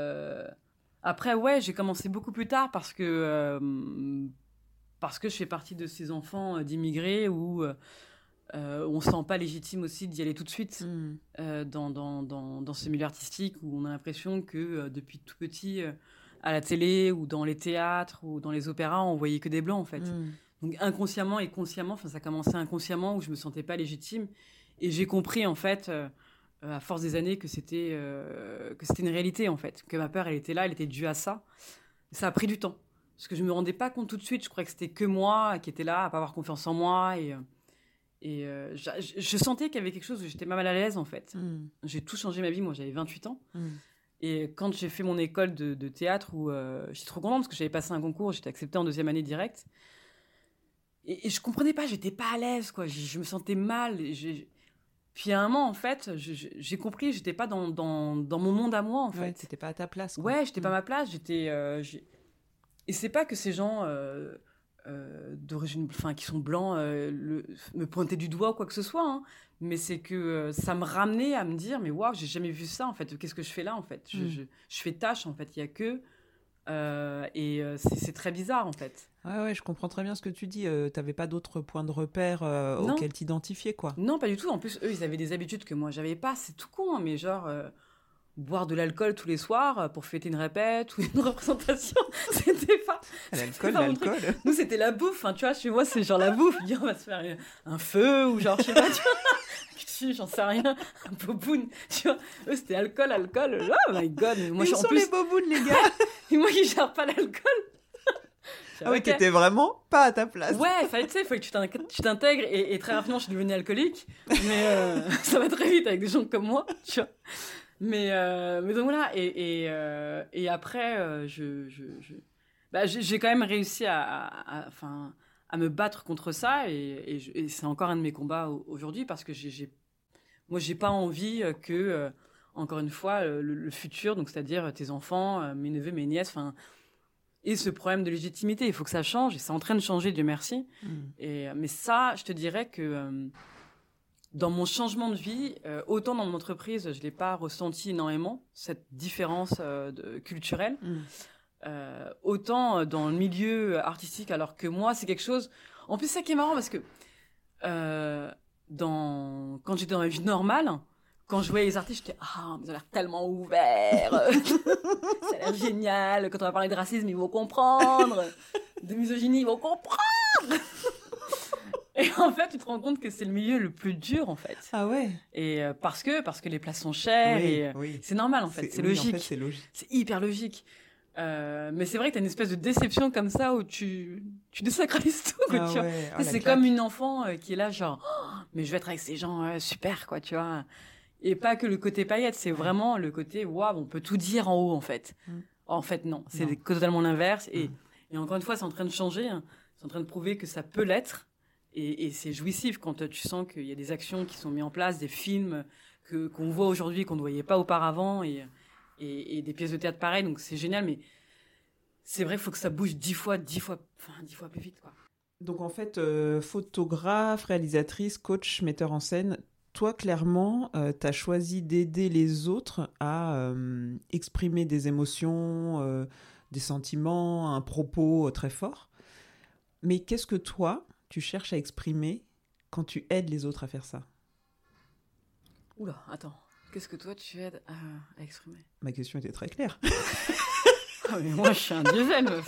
après, j'ai commencé beaucoup plus tard, parce que je fais partie de ces enfants d'immigrés où on se sent pas légitime aussi d'y aller tout de suite dans ce milieu artistique où on a l'impression que depuis tout petit, à la télé ou dans les théâtres ou dans les opéras, on voyait que des blancs en fait. Donc inconsciemment et consciemment, ça commençait inconsciemment où je me sentais pas légitime et j'ai compris en fait à force des années que c'était une réalité en fait, que ma peur elle était là, elle était due à ça. Ça a pris du temps parce que je me rendais pas compte tout de suite. Je croyais que c'était que moi qui était là à pas avoir confiance en moi et je sentais qu'il y avait quelque chose où j'étais mal à l'aise en fait. J'ai tout changé ma vie, moi j'avais 28 ans. Et quand j'ai fait mon école de théâtre, où j'étais trop contente parce que j'avais passé un concours, j'étais acceptée en 2e année directe. Et je comprenais pas, j'étais pas à l'aise, quoi. Je me sentais mal. Puis à un moment, en fait, j'ai compris, j'étais pas dans mon monde à moi, en fait. Ouais, t'étais pas à ta place, quoi. Ouais, j'étais pas à ma place. Et c'est pas que ces gens d'origine, enfin, qui sont blancs, me pointaient du doigt ou quoi que ce soit, hein. Mais c'est que ça me ramenait à me dire, mais waouh, j'ai jamais vu ça, en fait. Qu'est-ce que je fais là, en fait? Je fais tâche, en fait. Il y a que... c'est très bizarre, en fait. Ouais, je comprends très bien ce que tu dis. T'avais pas d'autres points de repère auxquels t'identifier, quoi. Non, pas du tout. En plus, eux, ils avaient des habitudes que moi, j'avais pas. C'est tout con, hein, mais genre... boire de l'alcool tous les soirs pour fêter une répète ou une représentation, c'était pas... L'alcool. Nous, c'était la bouffe, hein, tu vois, chez moi, c'est genre la bouffe. On va se faire un feu ou genre, je sais pas, tu vois, j'en sais rien, un boboon, tu vois. Eux, c'était alcool, oh my god. Moi, ils sont les bobounes, les gars. Et moi, qui gère pas l'alcool. Ah oui, t'étais vraiment pas à ta place. Ouais, il faut que tu t'intègres et très rapidement, je suis devenue alcoolique. Mais ça va très vite avec des gens comme moi, tu vois. Mais donc voilà, et après, j'ai quand même réussi à me battre contre ça, et c'est encore un de mes combats aujourd'hui, parce que moi, j'ai pas envie que, encore une fois, le futur, donc c'est-à-dire tes enfants, mes neveux, mes nièces, et ce problème de légitimité. Il faut que ça change, et c'est en train de changer, Dieu merci. Mais ça, je te dirais que... dans mon changement de vie, autant dans mon entreprise, je ne l'ai pas ressenti énormément, cette différence culturelle. Autant dans le milieu artistique, alors que moi, c'est quelque chose... En plus, c'est ça qui est marrant, parce que quand j'étais dans ma vie normale, quand je voyais les artistes, j'étais « Ah, mais ils ont l'air tellement ouverts, ça a l'air génial, quand on va parler de racisme, ils vont comprendre, de misogynie, ils vont comprendre !» Et en fait, tu te rends compte que c'est le milieu le plus dur, en fait. Ah ouais. Et parce que les places sont chères, oui. C'est normal, en fait. C'est logique. En fait, c'est logique. C'est hyper logique. Mais c'est vrai que t'as une espèce de déception comme ça où tu désacralises tout, quoi, tu vois. C'est comme une enfant qui est là, genre, oh, mais je vais être avec ces gens super, quoi, tu vois. Et pas que le côté paillette, c'est vraiment le côté, waouh, on peut tout dire en haut, en fait. En fait, non. C'est totalement l'inverse. Et encore une fois, c'est en train de changer. Hein. C'est en train de prouver que ça peut l'être. Et c'est jouissif quand tu sens qu'il y a des actions qui sont mises en place, des films qu'on voit aujourd'hui, qu'on ne voyait pas auparavant, et des pièces de théâtre pareilles. Donc c'est génial, mais c'est vrai qu'il faut que ça bouge 10 fois plus vite, quoi. Donc en fait, photographe, réalisatrice, coach, metteur en scène, toi clairement, tu as choisi d'aider les autres à exprimer des émotions, des sentiments, un propos très fort. Mais qu'est-ce que toi, tu cherches à exprimer quand tu aides les autres à faire ça? Oula, attends. Qu'est-ce que toi, tu aides à exprimer? Ma question était très claire. Ah, mais moi, je suis un dieu, meuf.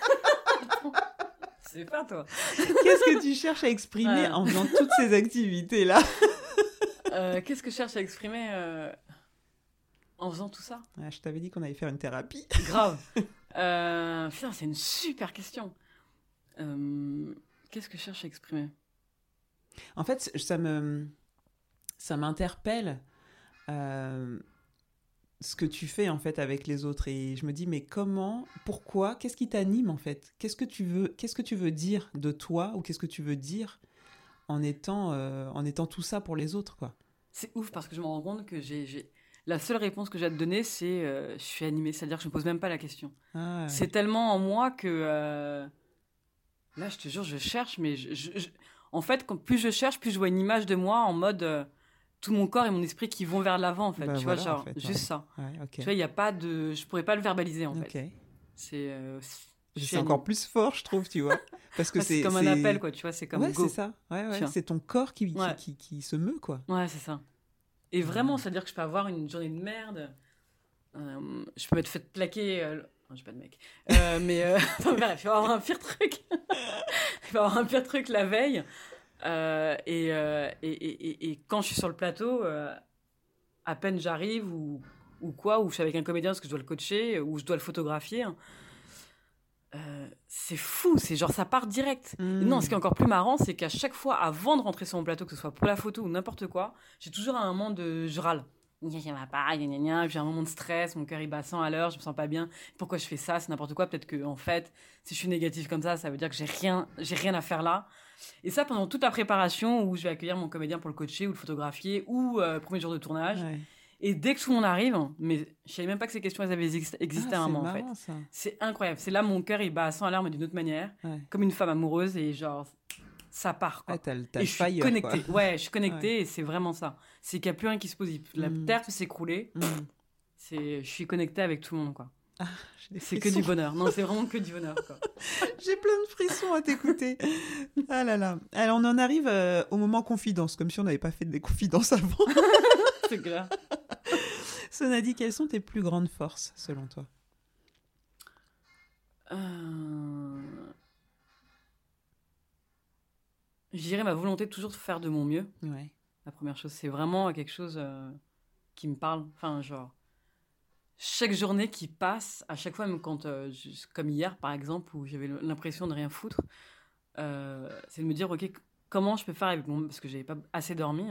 C'est pas toi. Qu'est-ce que tu cherches à exprimer en faisant toutes ces activités-là? Qu'est-ce que je cherche à exprimer en faisant tout ça? Je t'avais dit qu'on allait faire une thérapie. Grave. Putain, c'est une super question. Qu'est-ce que je cherche à exprimer? En fait, ça m'interpelle ce que tu fais en fait avec les autres, et je me dis mais comment, pourquoi, qu'est-ce qui t'anime en fait? Qu'est-ce que tu veux dire de toi, ou qu'est-ce que tu veux dire en étant tout ça pour les autres, quoi? C'est ouf, parce que je me rends compte que la seule réponse que j'ai à te donner, c'est je suis animée, c'est-à-dire que je me pose même pas la question. Ouais. C'est tellement en moi que là, je te jure, je cherche, mais en fait, plus je cherche, plus je vois une image de moi en mode tout mon corps et mon esprit qui vont vers l'avant, en fait. Tu vois, genre, juste ça. Ouais, okay. Tu vois, il n'y a pas de... Je pourrais pas le verbaliser, en fait. C'est C'est encore plus fort, je trouve, tu vois. Parce que c'est comme un appel, quoi, tu vois, c'est comme go. C'est ça. Ouais. C'est ton corps qui se meut, quoi. Ouais, c'est ça. Et vraiment, c'est-à-dire que je peux avoir une journée de merde. Je peux m'être fait plaquer. Non, j'ai pas de mec. Mais bref, il va y avoir un pire truc. Il va y avoir un pire truc la veille. Et quand je suis sur le plateau, à peine j'arrive ou je suis avec un comédien parce que je dois le coacher ou je dois le photographier. C'est fou, c'est genre ça part direct. Et non, ce qui est encore plus marrant, c'est qu'à chaque fois, avant de rentrer sur mon plateau, que ce soit pour la photo ou n'importe quoi, j'ai toujours un moment de je râle. Ça va pas, j'ai un moment de stress, mon cœur il bat 100 à l'heure, je me sens pas bien. Pourquoi je fais ça, c'est n'importe quoi. Peut-être que en fait, si je suis négative comme ça veut dire que j'ai rien à faire là. Et ça pendant toute la préparation où je vais accueillir mon comédien pour le coacher ou le photographier ou premier jour de tournage. Ouais. Et dès que tout le monde arrive, mais je savais même pas que ces questions elles avaient existé à un moment, en fait. Ça. C'est incroyable. C'est là mon cœur il bat à 100 à l'heure mais d'une autre manière, comme une femme amoureuse et genre ça part, quoi. T'as et je suis connectée. Quoi. Ouais, je suis connectée et c'est vraiment ça. C'est qu'il n'y a plus rien qui se pose. La terre peut s'écrouler. Je suis connectée avec tout le monde, quoi. Ah, c'est que du bonheur. Non, c'est vraiment que du bonheur, quoi. J'ai plein de frissons à t'écouter. Ah là là. Alors, on en arrive au moment confidence, comme si on n'avait pas fait des confidences avant. C'est clair. Sonadi, quelles sont tes plus grandes forces, selon toi ? Je dirais ma volonté de toujours faire de mon mieux. Ouais. La première chose, c'est vraiment quelque chose qui me parle. Enfin, genre, chaque journée qui passe, à chaque fois, même quand, comme hier, par exemple, où j'avais l'impression de rien foutre, c'est de me dire, ok, comment je peux faire avec mon... Parce que j'avais pas assez dormi.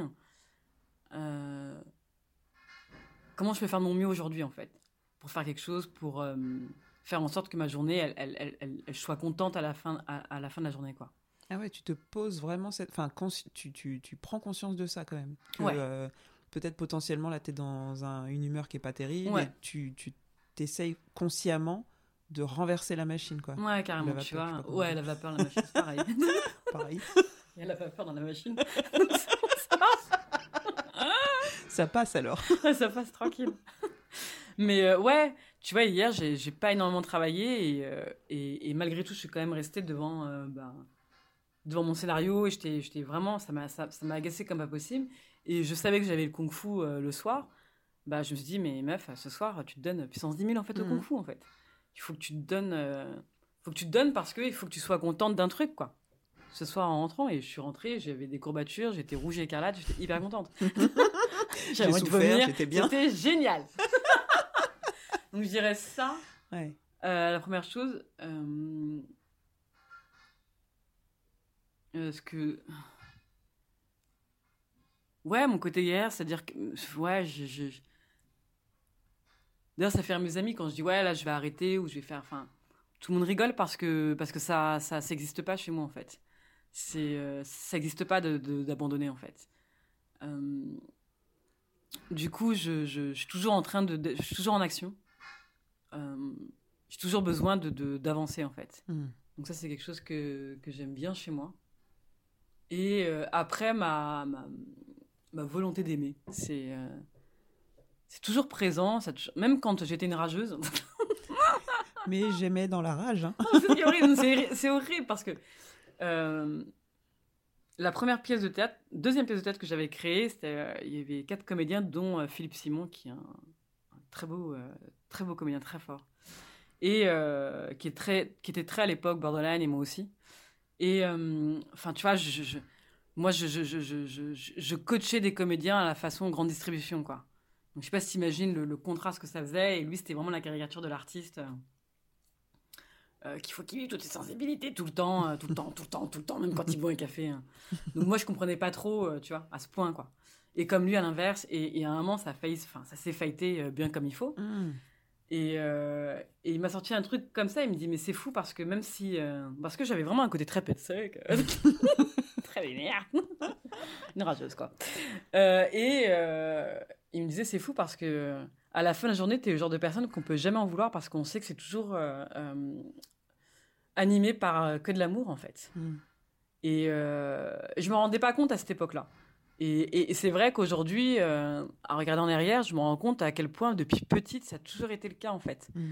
Comment je peux faire de mon mieux aujourd'hui, en fait, pour faire quelque chose, pour faire en sorte que ma journée, elle soit contente à la fin de la journée, quoi. Ah ouais, tu te poses vraiment cette... Enfin, tu prends conscience de ça, quand même. Que, ouais. Peut-être potentiellement, là, t'es dans une humeur qui est pas terrible, ouais. Et tu t'essayes consciemment de renverser la machine, quoi. Ouais, carrément, tu vois. Ouais, la vapeur, la machine, c'est pareil. Pareil. Il y a la vapeur dans la machine. Ça passe, alors. Ça passe tranquille. Mais ouais, tu vois, hier, j'ai pas énormément travaillé et malgré tout, je suis quand même restée devant mon scénario et j'étais vraiment... Ça m'a agacée comme pas possible. Et je savais que j'avais le kung-fu le soir. Bah, je me suis dit, mais meuf, ce soir, tu te donnes puissance 10 000 en fait, au kung-fu, en fait. Il faut que tu te donnes parce qu'il faut que tu sois contente d'un truc, quoi. Ce soir, en rentrant, et je suis rentrée, j'avais des courbatures, j'étais rouge et écarlate, j'étais hyper contente. J'avais envie de vomir, j'étais bien. C'était génial. Donc, je dirais ça. Ouais. La première chose, ce que... Ouais, mon côté guerrière, c'est-à-dire que... Ouais, D'ailleurs, ça fait rire mes amis quand je dis, ouais, là, je vais arrêter ou je vais faire... Enfin, tout le monde rigole parce que ça n'existe pas chez moi, en fait. Ça n'existe pas d'abandonner, en fait. Du coup, je suis toujours en train je suis toujours en action. J'ai toujours besoin d'avancer, en fait. Donc ça, c'est quelque chose que j'aime bien chez moi. Et après, ma volonté d'aimer, c'est toujours présent, même quand j'étais une rageuse. Mais j'aimais dans la rage. Hein. C'est horrible, c'est horrible parce que la deuxième pièce de théâtre que j'avais créée, il y avait 4 comédiens, dont Philippe Simon, qui est un très beau comédien, très fort. Et qui était très à l'époque borderline, et moi aussi. Et enfin, tu vois, moi, je coachais des comédiens à la façon grande distribution, quoi. Donc, je sais pas si t'imagines le contraste que ça faisait. Et lui, c'était vraiment la caricature de l'artiste qu'il faut qu'il vive toutes ses sensibilités tout le temps, même quand il boit un café. Hein. Donc, moi, je comprenais pas trop, tu vois, à ce point, quoi. Et comme lui, à l'inverse, et à un moment, ça s'est faillité bien comme il faut. Et il m'a sorti un truc comme ça. Il me dit, mais c'est fou parce que même si... parce que j'avais vraiment un côté très pète sec. Très vénère. Une rageuse, quoi. Il me disait, c'est fou parce que à la fin de la journée, t'es le genre de personne qu'on peut jamais en vouloir parce qu'on sait que c'est toujours animé par que de l'amour, en fait. Et je me rendais pas compte à cette époque-là. Et c'est vrai qu'aujourd'hui, à regarder en arrière, je me rends compte à quel point, depuis petite, ça a toujours été le cas, en fait.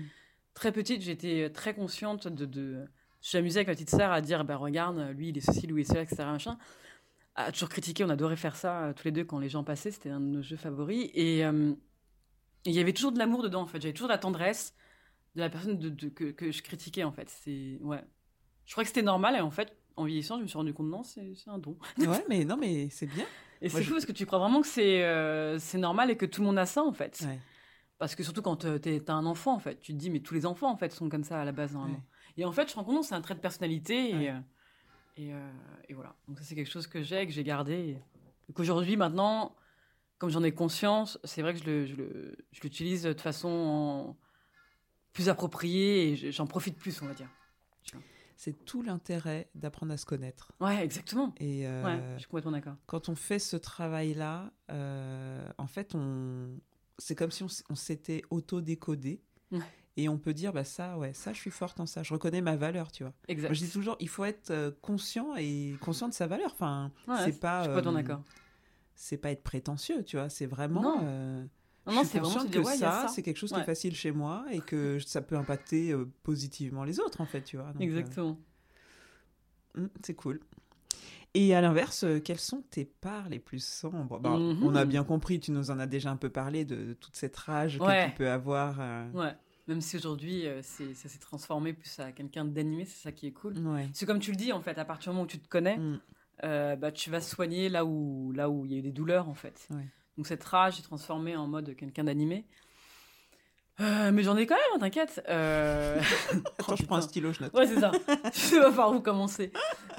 très petite, j'étais très consciente je m'amusais avec ma petite sœur à dire, bah regarde, lui il est ceci, lui il est cela, etc. Machin. À toujours critiquer, on adorait faire ça tous les deux quand les gens passaient, c'était un de nos jeux favoris. Et il y avait toujours de l'amour dedans, en fait. J'avais toujours de la tendresse de la personne que je critiquais, en fait. Ouais. Je crois que c'était normal, et en fait, en vieillissant, je me suis rendu compte, non, c'est un don. Ouais, mais non, mais c'est bien. Et c'est fou parce que tu crois vraiment que c'est normal et que tout le monde a ça, en fait. Ouais. Parce que surtout quand t'as un enfant, en fait, tu te dis, mais tous les enfants, en fait, sont comme ça à la base, normalement. Ouais. Et en fait, je me rends compte, c'est un trait de personnalité, Ouais. et voilà. Donc ça, c'est quelque chose que j'ai gardé. Et qu'aujourd'hui, maintenant, comme j'en ai conscience, c'est vrai que je l'utilise de façon plus appropriée et j'en profite plus, on va dire. C'est tout l'intérêt d'apprendre à se connaître. Ouais, exactement. Et Ouais, je suis complètement d'accord. quand on fait ce travail-là, en fait, c'est comme si on s'était auto-décodé. Ouais. Et on peut dire, bah ça, je suis forte en ça. Je reconnais ma valeur, tu vois. Exact. Moi, je dis toujours, il faut être conscient de sa valeur. Enfin, ouais, c'est pas... Je suis complètement d'accord. C'est pas être prétentieux, tu vois. C'est vraiment... Non. Je suis consciente que ça, c'est quelque chose qui est facile chez moi et que ça peut impacter positivement les autres, en fait, tu vois. Donc, exactement. C'est cool. Et à l'inverse, quelles sont tes parts les plus sombres ? On a bien compris, tu nous en as déjà un peu parlé de toute cette rage que tu peux avoir. Ouais, même si aujourd'hui, ça s'est transformé plus à quelqu'un d'animé, c'est ça qui est cool. Ouais. C'est comme tu le dis, en fait, à partir du moment où tu te connais, tu vas soigner là où il y a eu des douleurs, en fait. Ouais. Donc cette rage est transformée en mode quelqu'un d'animé. Mais j'en ai quand même, t'inquiète. Attends, je prends un stylo, je note. Ouais, c'est ça. Je sais pas par où commencer.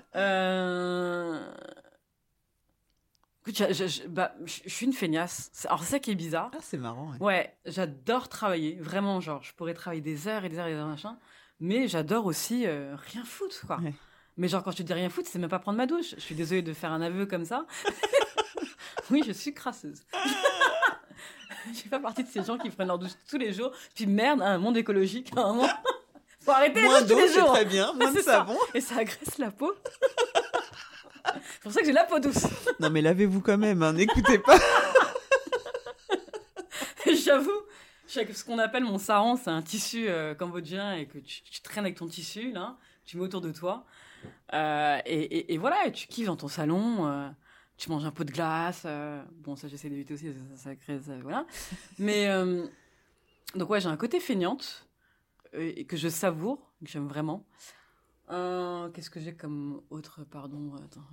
Écoute, je suis une feignasse. Alors, c'est ça qui est bizarre. Ah, c'est marrant. Ouais, j'adore travailler. Vraiment, genre, je pourrais travailler des heures et des heures et des heures, machin. Mais j'adore aussi rien foutre, quoi. Ouais. Mais genre, quand je te dis rien foutre, c'est même pas prendre ma douche. Je suis désolée de faire un aveu comme ça. Oui, je suis crasseuse. Je fais pas partie de ces gens qui prennent leur douche tous les jours. Puis merde, un monde écologique, à un moment. Faut arrêter moins les douches tous les d'eau, jours. c'est très bien. Moins de savon. Et ça agresse la peau. C'est pour ça que j'ai la peau douce. Non, mais lavez-vous quand même, hein, n'écoutez pas. J'avoue, ce qu'on appelle mon sarong, c'est un tissu cambodgien et que tu traînes avec ton tissu, là, tu mets autour de toi. Et voilà, et tu kiffes dans ton salon. Tu manges un pot de glace. Bon, ça, j'essaie d'éviter aussi, ça crée ça, voilà. Mais, donc ouais, j'ai un côté feignante et que je savoure, que j'aime vraiment. Qu'est-ce que j'ai comme autre, pardon, attends.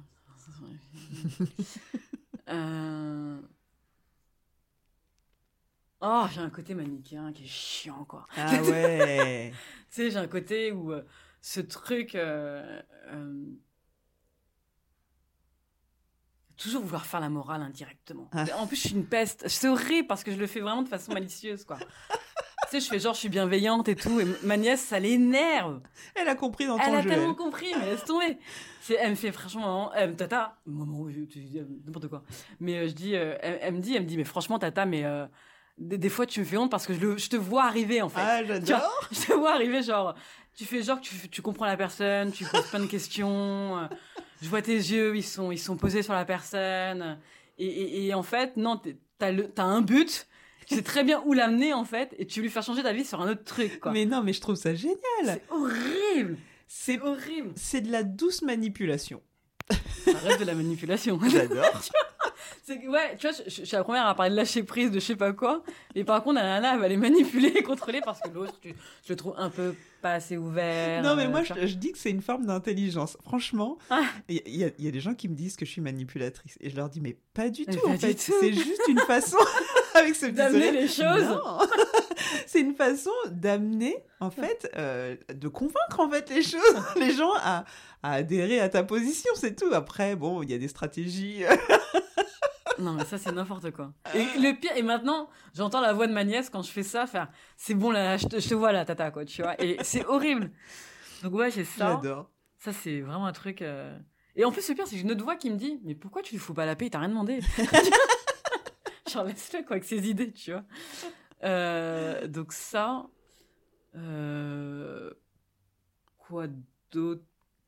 Oh, j'ai un côté manichéen qui est chiant, quoi. Ah ouais. Tu sais, j'ai un côté où ce truc... toujours vouloir faire la morale indirectement. Ah. En plus, je suis une peste. C'est horrible parce que je le fais vraiment de façon malicieuse, quoi. Tu sais, je fais genre, je suis bienveillante et tout. Et ma nièce, ça l'énerve. Elle a compris dans ton jeu. Elle a tellement compris, mais laisse tomber. Elle me fait, franchement, tata, maman, tu dis n'importe quoi. Mais je dis, elle me dit, mais franchement, tata, mais des fois, tu me fais honte parce que je te vois arriver, en fait. Ah, j'adore. Je te vois arriver, genre, tu fais genre que tu comprends la personne, tu poses plein de questions. Je vois tes yeux, ils sont posés sur la personne. Et en fait, non, t'as un but. Tu sais très bien où l'amener, en fait, et tu veux lui faire changer ta vie sur un autre truc, quoi. Mais non, mais je trouve ça génial. C'est horrible. C'est horrible. C'est de la douce manipulation. Ça reste de la manipulation. J'adore. Ouais, tu vois, je suis la première à parler de lâcher prise, de je sais pas quoi. Et par contre, la nana, elle va les manipuler et contrôler parce que l'autre, je le trouve un peu pas assez ouvert. Non, mais moi, je dis que c'est une forme d'intelligence. Franchement, il y a des gens qui me disent que je suis manipulatrice. Et je leur dis, mais pas du tout, en fait. C'est juste une façon, avec ce petit d'amener les choses. Non. C'est une façon d'amener, en fait, de convaincre, en fait, les gens à adhérer à ta position, c'est tout. Après, bon, il y a des stratégies... Non, mais ça, c'est n'importe quoi. Et le pire, et maintenant, j'entends la voix de ma nièce quand je fais ça, faire « C'est bon, là, je te vois, là, tata, quoi, tu vois. » Et c'est horrible. Donc ouais, j'ai ça. J'adore. Ça, c'est vraiment un truc... Et en plus, le pire, c'est que j'ai une autre voix qui me dit « Mais pourquoi tu lui fous pas la paix? Il t'a rien demandé. » Genre, laisse-le, quoi, avec ses idées, tu vois. Donc ça... Quoi d'autre?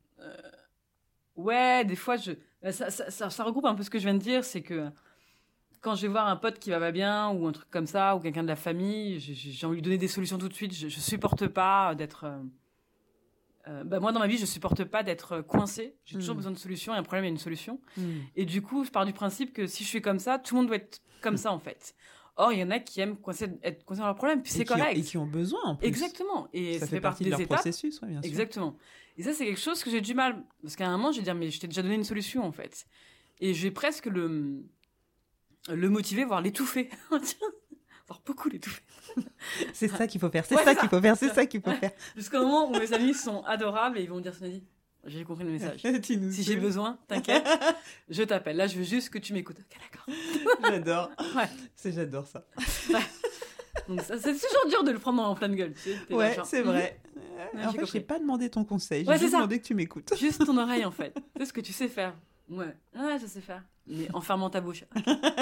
Ouais, des fois, ça regroupe un peu ce que je viens de dire, c'est que quand je vais voir un pote qui va pas bien ou un truc comme ça ou quelqu'un de la famille, j'ai envie de lui donner des solutions tout de suite. Je supporte pas d'être moi, dans ma vie, je supporte pas d'être coincée. J'ai toujours besoin de solutions. Il y a un problème, il y a une solution. Et du coup, je pars du principe que si je suis comme ça, tout le monde doit être comme ça, en fait. Or, il y en a qui aiment être coincés dans leurs problèmes, puis c'est correct. Et qui ont besoin, en plus. Exactement. Et ça fait partie de leur processus, bien sûr. Exactement. Et ça, c'est quelque chose que j'ai du mal. Parce qu'à un moment, je vais dire, mais je t'ai déjà donné une solution, en fait. Et je vais presque le motiver, voire l'étouffer. Voire beaucoup l'étouffer. C'est ça qu'il faut faire, c'est ça qu'il faut faire, c'est ça qu'il faut faire. Jusqu'au moment où mes amis sont adorables et ils vont me dire, Sonadi, j'ai compris le message. Si j'ai besoin, t'inquiète, je t'appelle. Là, je veux juste que tu m'écoutes. Ok, d'accord. J'adore. Ouais. J'adore ça. Ouais. Donc, c'est toujours dur de le prendre en pleine gueule. Tu sais, ouais, genre, c'est vrai. En fait, j'ai pas demandé ton conseil, j'ai juste demandé que tu m'écoutes. Juste ton oreille, en fait. C'est ce que tu sais faire. Ouais, je sais faire. Mais en fermant ta bouche.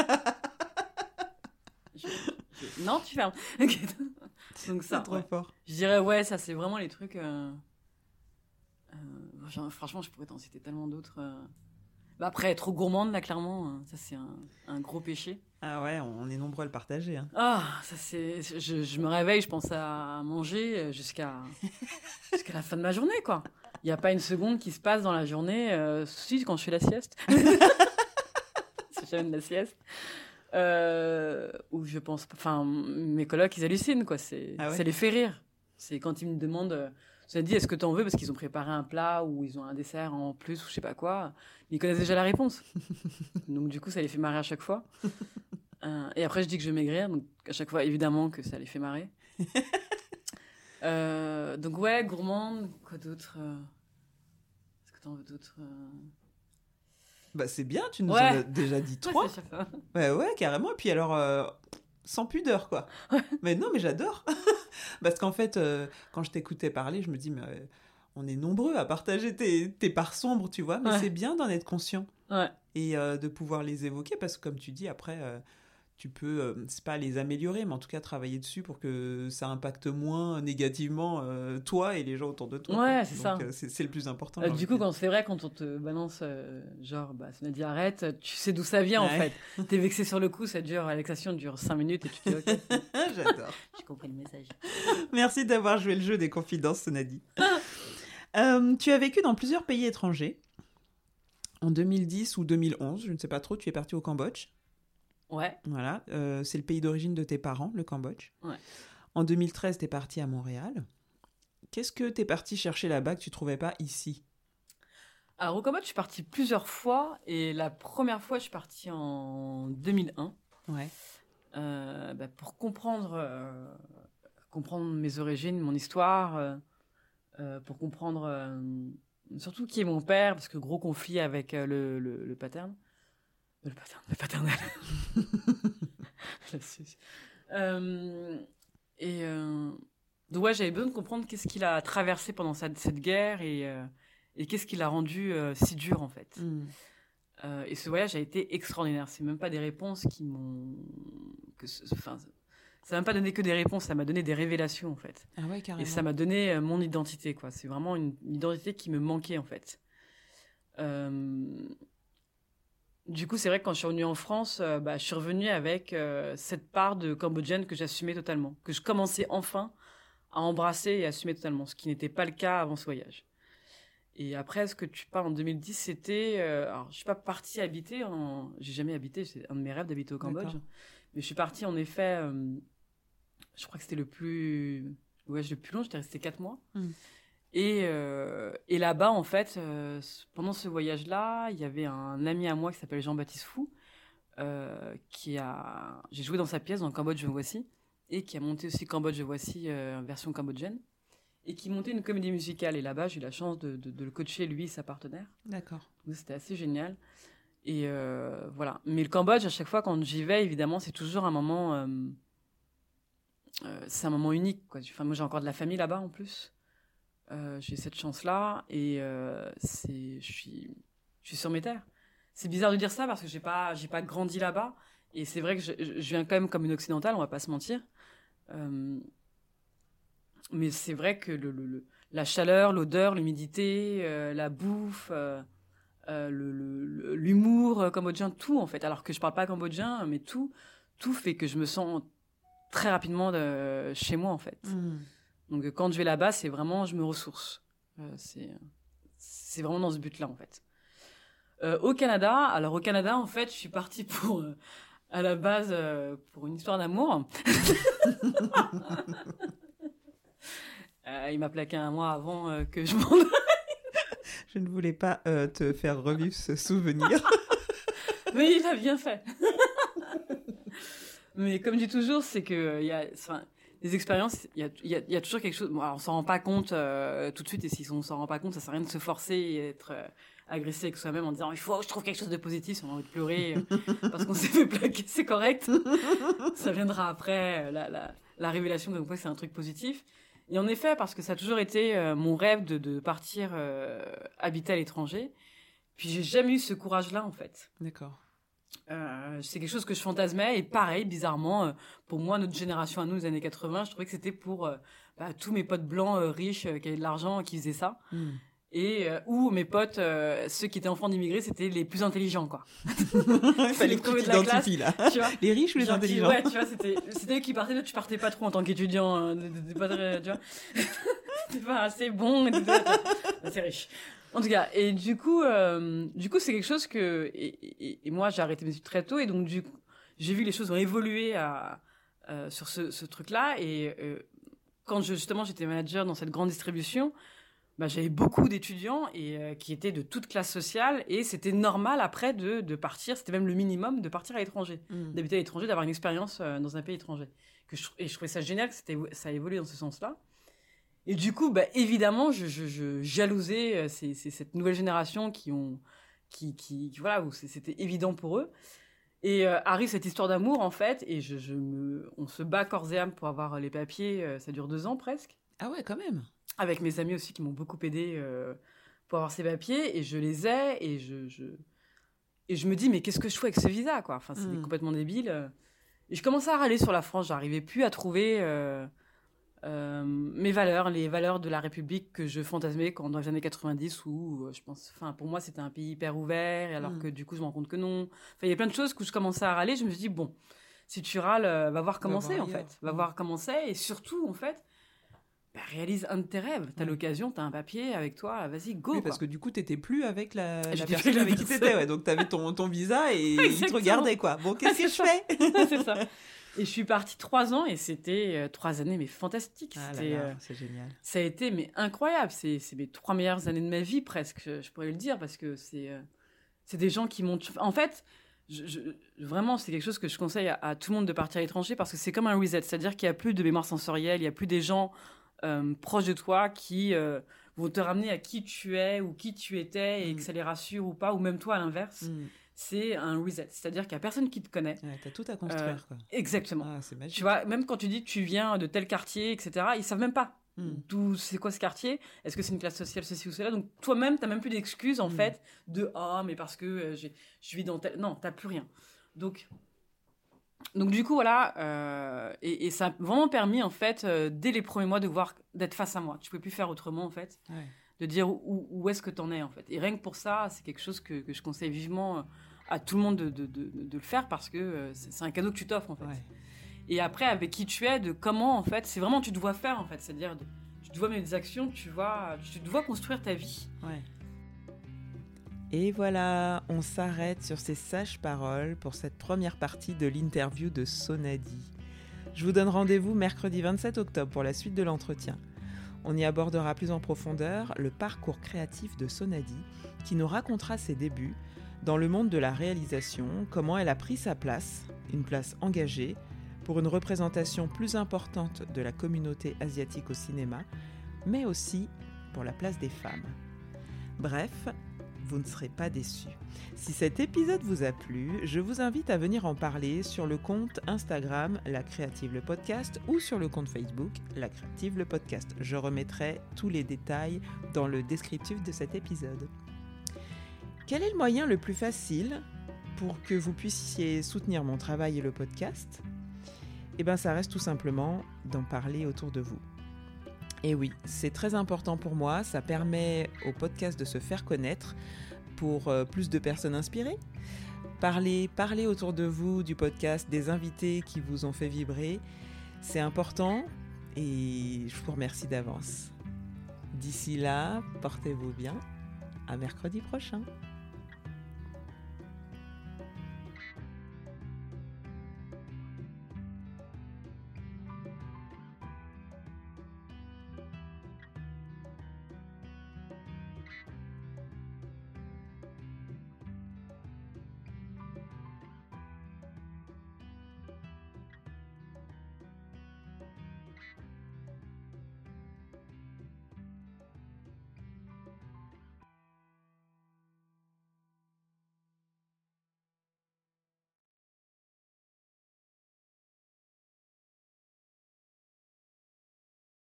Non, tu fermes. Okay. Donc ça, c'est trop fort. Je dirais, ça, c'est vraiment les trucs... franchement, je pourrais t'en citer tellement d'autres. Après, être trop gourmande, là, clairement, ça, c'est un gros péché. Ah ouais, on est nombreux à le partager. Hein. Ah, ça, c'est... Je me réveille, je pense à manger jusqu'à la fin de ma journée, quoi. Il n'y a pas une seconde qui se passe dans la journée, si, quand je fais la sieste. C'est jamais de la sieste. Où je pense, enfin, mes colocs, ils hallucinent, quoi. Ça les fait rire. C'est quand ils me demandent, ça dit, est-ce que t'en veux parce qu'ils ont préparé un plat ou ils ont un dessert en plus ou je sais pas quoi. Ils connaissent déjà la réponse. Donc du coup, ça les fait marrer à chaque fois. Et après, je dis que je vais maigrir, donc à chaque fois, évidemment, que ça les fait marrer. Donc ouais, gourmande, quoi d'autre Est-ce que t'en veux d'autres Bah c'est bien, tu nous en as déjà dit 3. Ouais, carrément. Et puis alors, sans pudeur, quoi. Mais non, mais j'adore. Parce qu'en fait, quand je t'écoutais parler, je me dis, mais on est nombreux à partager tes parts sombres, tu vois. Mais c'est bien d'en être conscient. Ouais. Et de pouvoir les évoquer. Parce que comme tu dis, après, tu peux, c'est pas les améliorer, mais en tout cas travailler dessus pour que ça impacte moins négativement toi et les gens autour de toi. Ouais, c'est donc, ça. C'est le plus important. Du coup, c'est vrai, quand on te balance, genre, ça dit arrête, tu sais d'où ça vient en fait. T'es vexé sur le coup, la vexation dure 5 minutes et tu te dis ok. J'adore. J'ai compris le message. Merci d'avoir joué le jeu des confidences, Sonadi. Tu as vécu dans plusieurs pays étrangers. En 2010 ou 2011, je ne sais pas trop, tu es parti au Cambodge. Ouais. Voilà, c'est le pays d'origine de tes parents, le Cambodge. Ouais. En 2013, t'es parti à Montréal. Qu'est-ce que t'es parti chercher là-bas que tu trouvais pas ici ? Alors au Cambodge, je suis partie plusieurs fois et la première fois, je suis partie en 2001. Ouais. Pour comprendre mes origines, mon histoire, pour comprendre surtout qui est mon père, parce que gros conflit avec le paterne. Le paternel. Donc ouais, j'avais besoin de comprendre qu'est-ce qu'il a traversé pendant cette guerre et qu'est-ce qui l'a rendu si dur en fait. Et ce voyage a été extraordinaire. C'est même pas des réponses qui m'ont... ça m'a même pas donné que des réponses, ça m'a donné des révélations en fait. Ah ouais, carrément. Et ça m'a donné mon identité, quoi. C'est vraiment une identité qui me manquait en fait. Du coup, c'est vrai que quand je suis revenue en France, je suis revenue avec cette part de cambodgienne que j'assumais totalement, que je commençais enfin à embrasser et assumer totalement, ce qui n'était pas le cas avant ce voyage. Et après, ce que tu parles en 2010, c'était... alors, je suis pas partie habiter j'ai jamais habité, c'est un de mes rêves d'habiter au Cambodge. D'accord. Mais je suis partie, en effet... je crois que c'était le voyage le plus long, j'étais restée 4 mois. Et là-bas, en fait, pendant ce voyage-là, il y avait un ami à moi qui s'appelle Jean-Baptiste Fou, j'ai joué dans sa pièce, dans Cambodge, me voici, et qui a monté aussi Cambodge, voici, version cambodgienne, et qui montait une comédie musicale. Et là-bas, j'ai eu la chance de le coacher, lui et sa partenaire. D'accord. Donc, c'était assez génial. Et voilà. Mais le Cambodge, à chaque fois, quand j'y vais, évidemment, c'est toujours un moment... c'est un moment unique, quoi. Enfin, moi, j'ai encore de la famille là-bas, en plus. J'ai cette chance-là et je suis sur mes terres. C'est bizarre de dire ça parce que j'ai pas grandi là-bas et c'est vrai que je viens quand même comme une occidentale, on va pas se mentir. Mais c'est vrai que la chaleur, l'odeur, l'humidité, la bouffe, l'humour cambodgien, tout en fait. Alors que je parle pas cambodgien, mais tout fait que je me sens très rapidement chez moi en fait. Donc quand je vais là-bas, c'est vraiment, je me ressource. C'est vraiment dans ce but-là en fait. Au Canada, en fait, je suis partie pour, à la base, pour une histoire d'amour. Il m'a plaqué un mois avant que je m'en aille. Je ne voulais pas te faire revivre ce souvenir. Mais il a bien fait. Mais comme je dis toujours, c'est que les expériences, il y a toujours quelque chose. Bon, alors on s'en rend pas compte tout de suite, et si on s'en rend pas compte, ça sert à rien de se forcer et être agressé avec soi-même en disant il faut que je trouve quelque chose de positif, si on a envie de pleurer parce qu'on s'est fait plaquer, c'est correct. Ça viendra après la révélation comme quoi c'est un truc positif. Et en effet, parce que ça a toujours été mon rêve de partir habiter à l'étranger, puis j'ai jamais eu ce courage-là en fait. D'accord. C'est quelque chose que je fantasmais, et pareil, bizarrement, pour moi, notre génération à nous, les années 80, je trouvais que c'était pour tous mes potes blancs riches qui avaient de l'argent qui faisaient ça. Et ou mes potes, ceux qui étaient enfants d'immigrés, c'était les plus intelligents, quoi. Il fallait que tu t'identifies là. Tu vois, les riches ou les intelligents? Ouais, tu vois, c'était eux qui partaient. Toi, tu partais pas trop en tant qu'étudiant. T'es pas très, tu vois, t'es pas assez bon. C'est riche. En tout cas, et du coup, c'est quelque chose que et moi j'ai arrêté mes études très tôt, et donc du coup, j'ai vu que les choses ont évolué sur ce truc-là, et quand justement j'étais manager dans cette grande distribution, j'avais beaucoup d'étudiants et qui étaient de toute classe sociale, et c'était normal après de partir, c'était même le minimum de partir à l'étranger, d'habiter à l'étranger, d'avoir une expérience dans un pays étranger. Et je trouvais ça génial que ça a évolué dans ce sens-là. Et du coup, évidemment, je jalousais cette nouvelle génération qui voilà, où c'était évident pour eux. Et arrive cette histoire d'amour, en fait, et on se bat corps et âme pour avoir les papiers. Ça dure 2 ans presque. Ah ouais, quand même. Avec mes amis aussi qui m'ont beaucoup aidé pour avoir ces papiers, et je les ai, et je me dis, mais qu'est-ce que je fais avec ce visa, quoi? Enfin, c'est complètement débile. Et je commençais à râler sur la France, j'arrivais plus à trouver mes valeurs, les valeurs de la République que je fantasmais dans les années 90, où je pense, enfin, pour moi c'était un pays hyper ouvert, et alors que du coup je me rends compte que non. Enfin, il y a plein de choses où je commençais à râler. Je me suis dit, bon, si tu râles, va voir comment c'est, en fait. Va voir comment c'est, et surtout, en fait, réalise un de tes rêves. T'as l'occasion, t'as un papier avec toi, vas-y, go. Oui, parce que du coup, t'étais plus avec la J'étais personne plus avec qui personne. t'étais. Ouais. Donc, t'avais ton visa et il te regardait, quoi. Bon, qu'est-ce que je fais? C'est ça. Et je suis partie 3 ans, et c'était 3 années, mais fantastiques. Ah là là, c'est génial. Ça a été incroyable. C'est mes 3 meilleures années de ma vie, presque, je pourrais le dire, parce que c'est des gens qui m'ont... En fait, vraiment, c'est quelque chose que je conseille à tout le monde de partir à l'étranger, parce que c'est comme un reset. C'est-à-dire qu'il n'y a plus de mémoire sensorielle, il n'y a plus des gens proches de toi qui vont te ramener à qui tu es ou qui tu étais, et que ça les rassure ou pas, ou même toi à l'inverse. C'est un reset, c'est-à-dire qu'il n'y a personne qui te connaît. Ouais, t'as tout à construire, quoi. Exactement. Ah, c'est magique. Tu vois, même quand tu dis que tu viens de tel quartier, etc., ils savent même pas c'est quoi ce quartier, est-ce que c'est une classe sociale, ceci ou cela. Donc toi-même, t'as même plus d'excuses, en fait, de mais parce que je vis dans tel... Non, t'as plus rien. Donc du coup, voilà, et ça a vraiment permis, en fait, dès les premiers mois, d'être face à moi. Tu pouvais plus faire autrement, en fait, de dire où est-ce que t'en es, en fait. Et rien que pour ça, c'est quelque chose que je conseille vivement à tout le monde de le faire, parce que c'est un cadeau que tu t'offres, en fait. Ouais. Et après, avec qui tu es, de comment, en fait, c'est vraiment, tu te vois faire, en fait. C'est-à-dire, tu te vois mener des actions, tu te vois construire ta vie. Ouais. Et voilà, on s'arrête sur ces sages paroles pour cette première partie de l'interview de Sonadi. Je vous donne rendez-vous mercredi 27 octobre pour la suite de l'entretien. On y abordera plus en profondeur le parcours créatif de Sonadi, qui nous racontera ses débuts dans le monde de la réalisation, comment elle a pris sa place, une place engagée, pour une représentation plus importante de la communauté asiatique au cinéma, mais aussi pour la place des femmes. Bref, vous ne serez pas déçus. Si cet épisode vous a plu, je vous invite à venir en parler sur le compte Instagram La Créative le Podcast ou sur le compte Facebook La Créative le Podcast. Je remettrai tous les détails dans le descriptif de cet épisode. Quel est le moyen le plus facile pour que vous puissiez soutenir mon travail et le podcast ? Eh bien, ça reste tout simplement d'en parler autour de vous. Et oui, c'est très important pour moi, ça permet au podcast de se faire connaître pour plus de personnes inspirées. Parlez autour de vous du podcast, des invités qui vous ont fait vibrer. C'est important et je vous remercie d'avance. D'ici là, portez-vous bien. À mercredi prochain.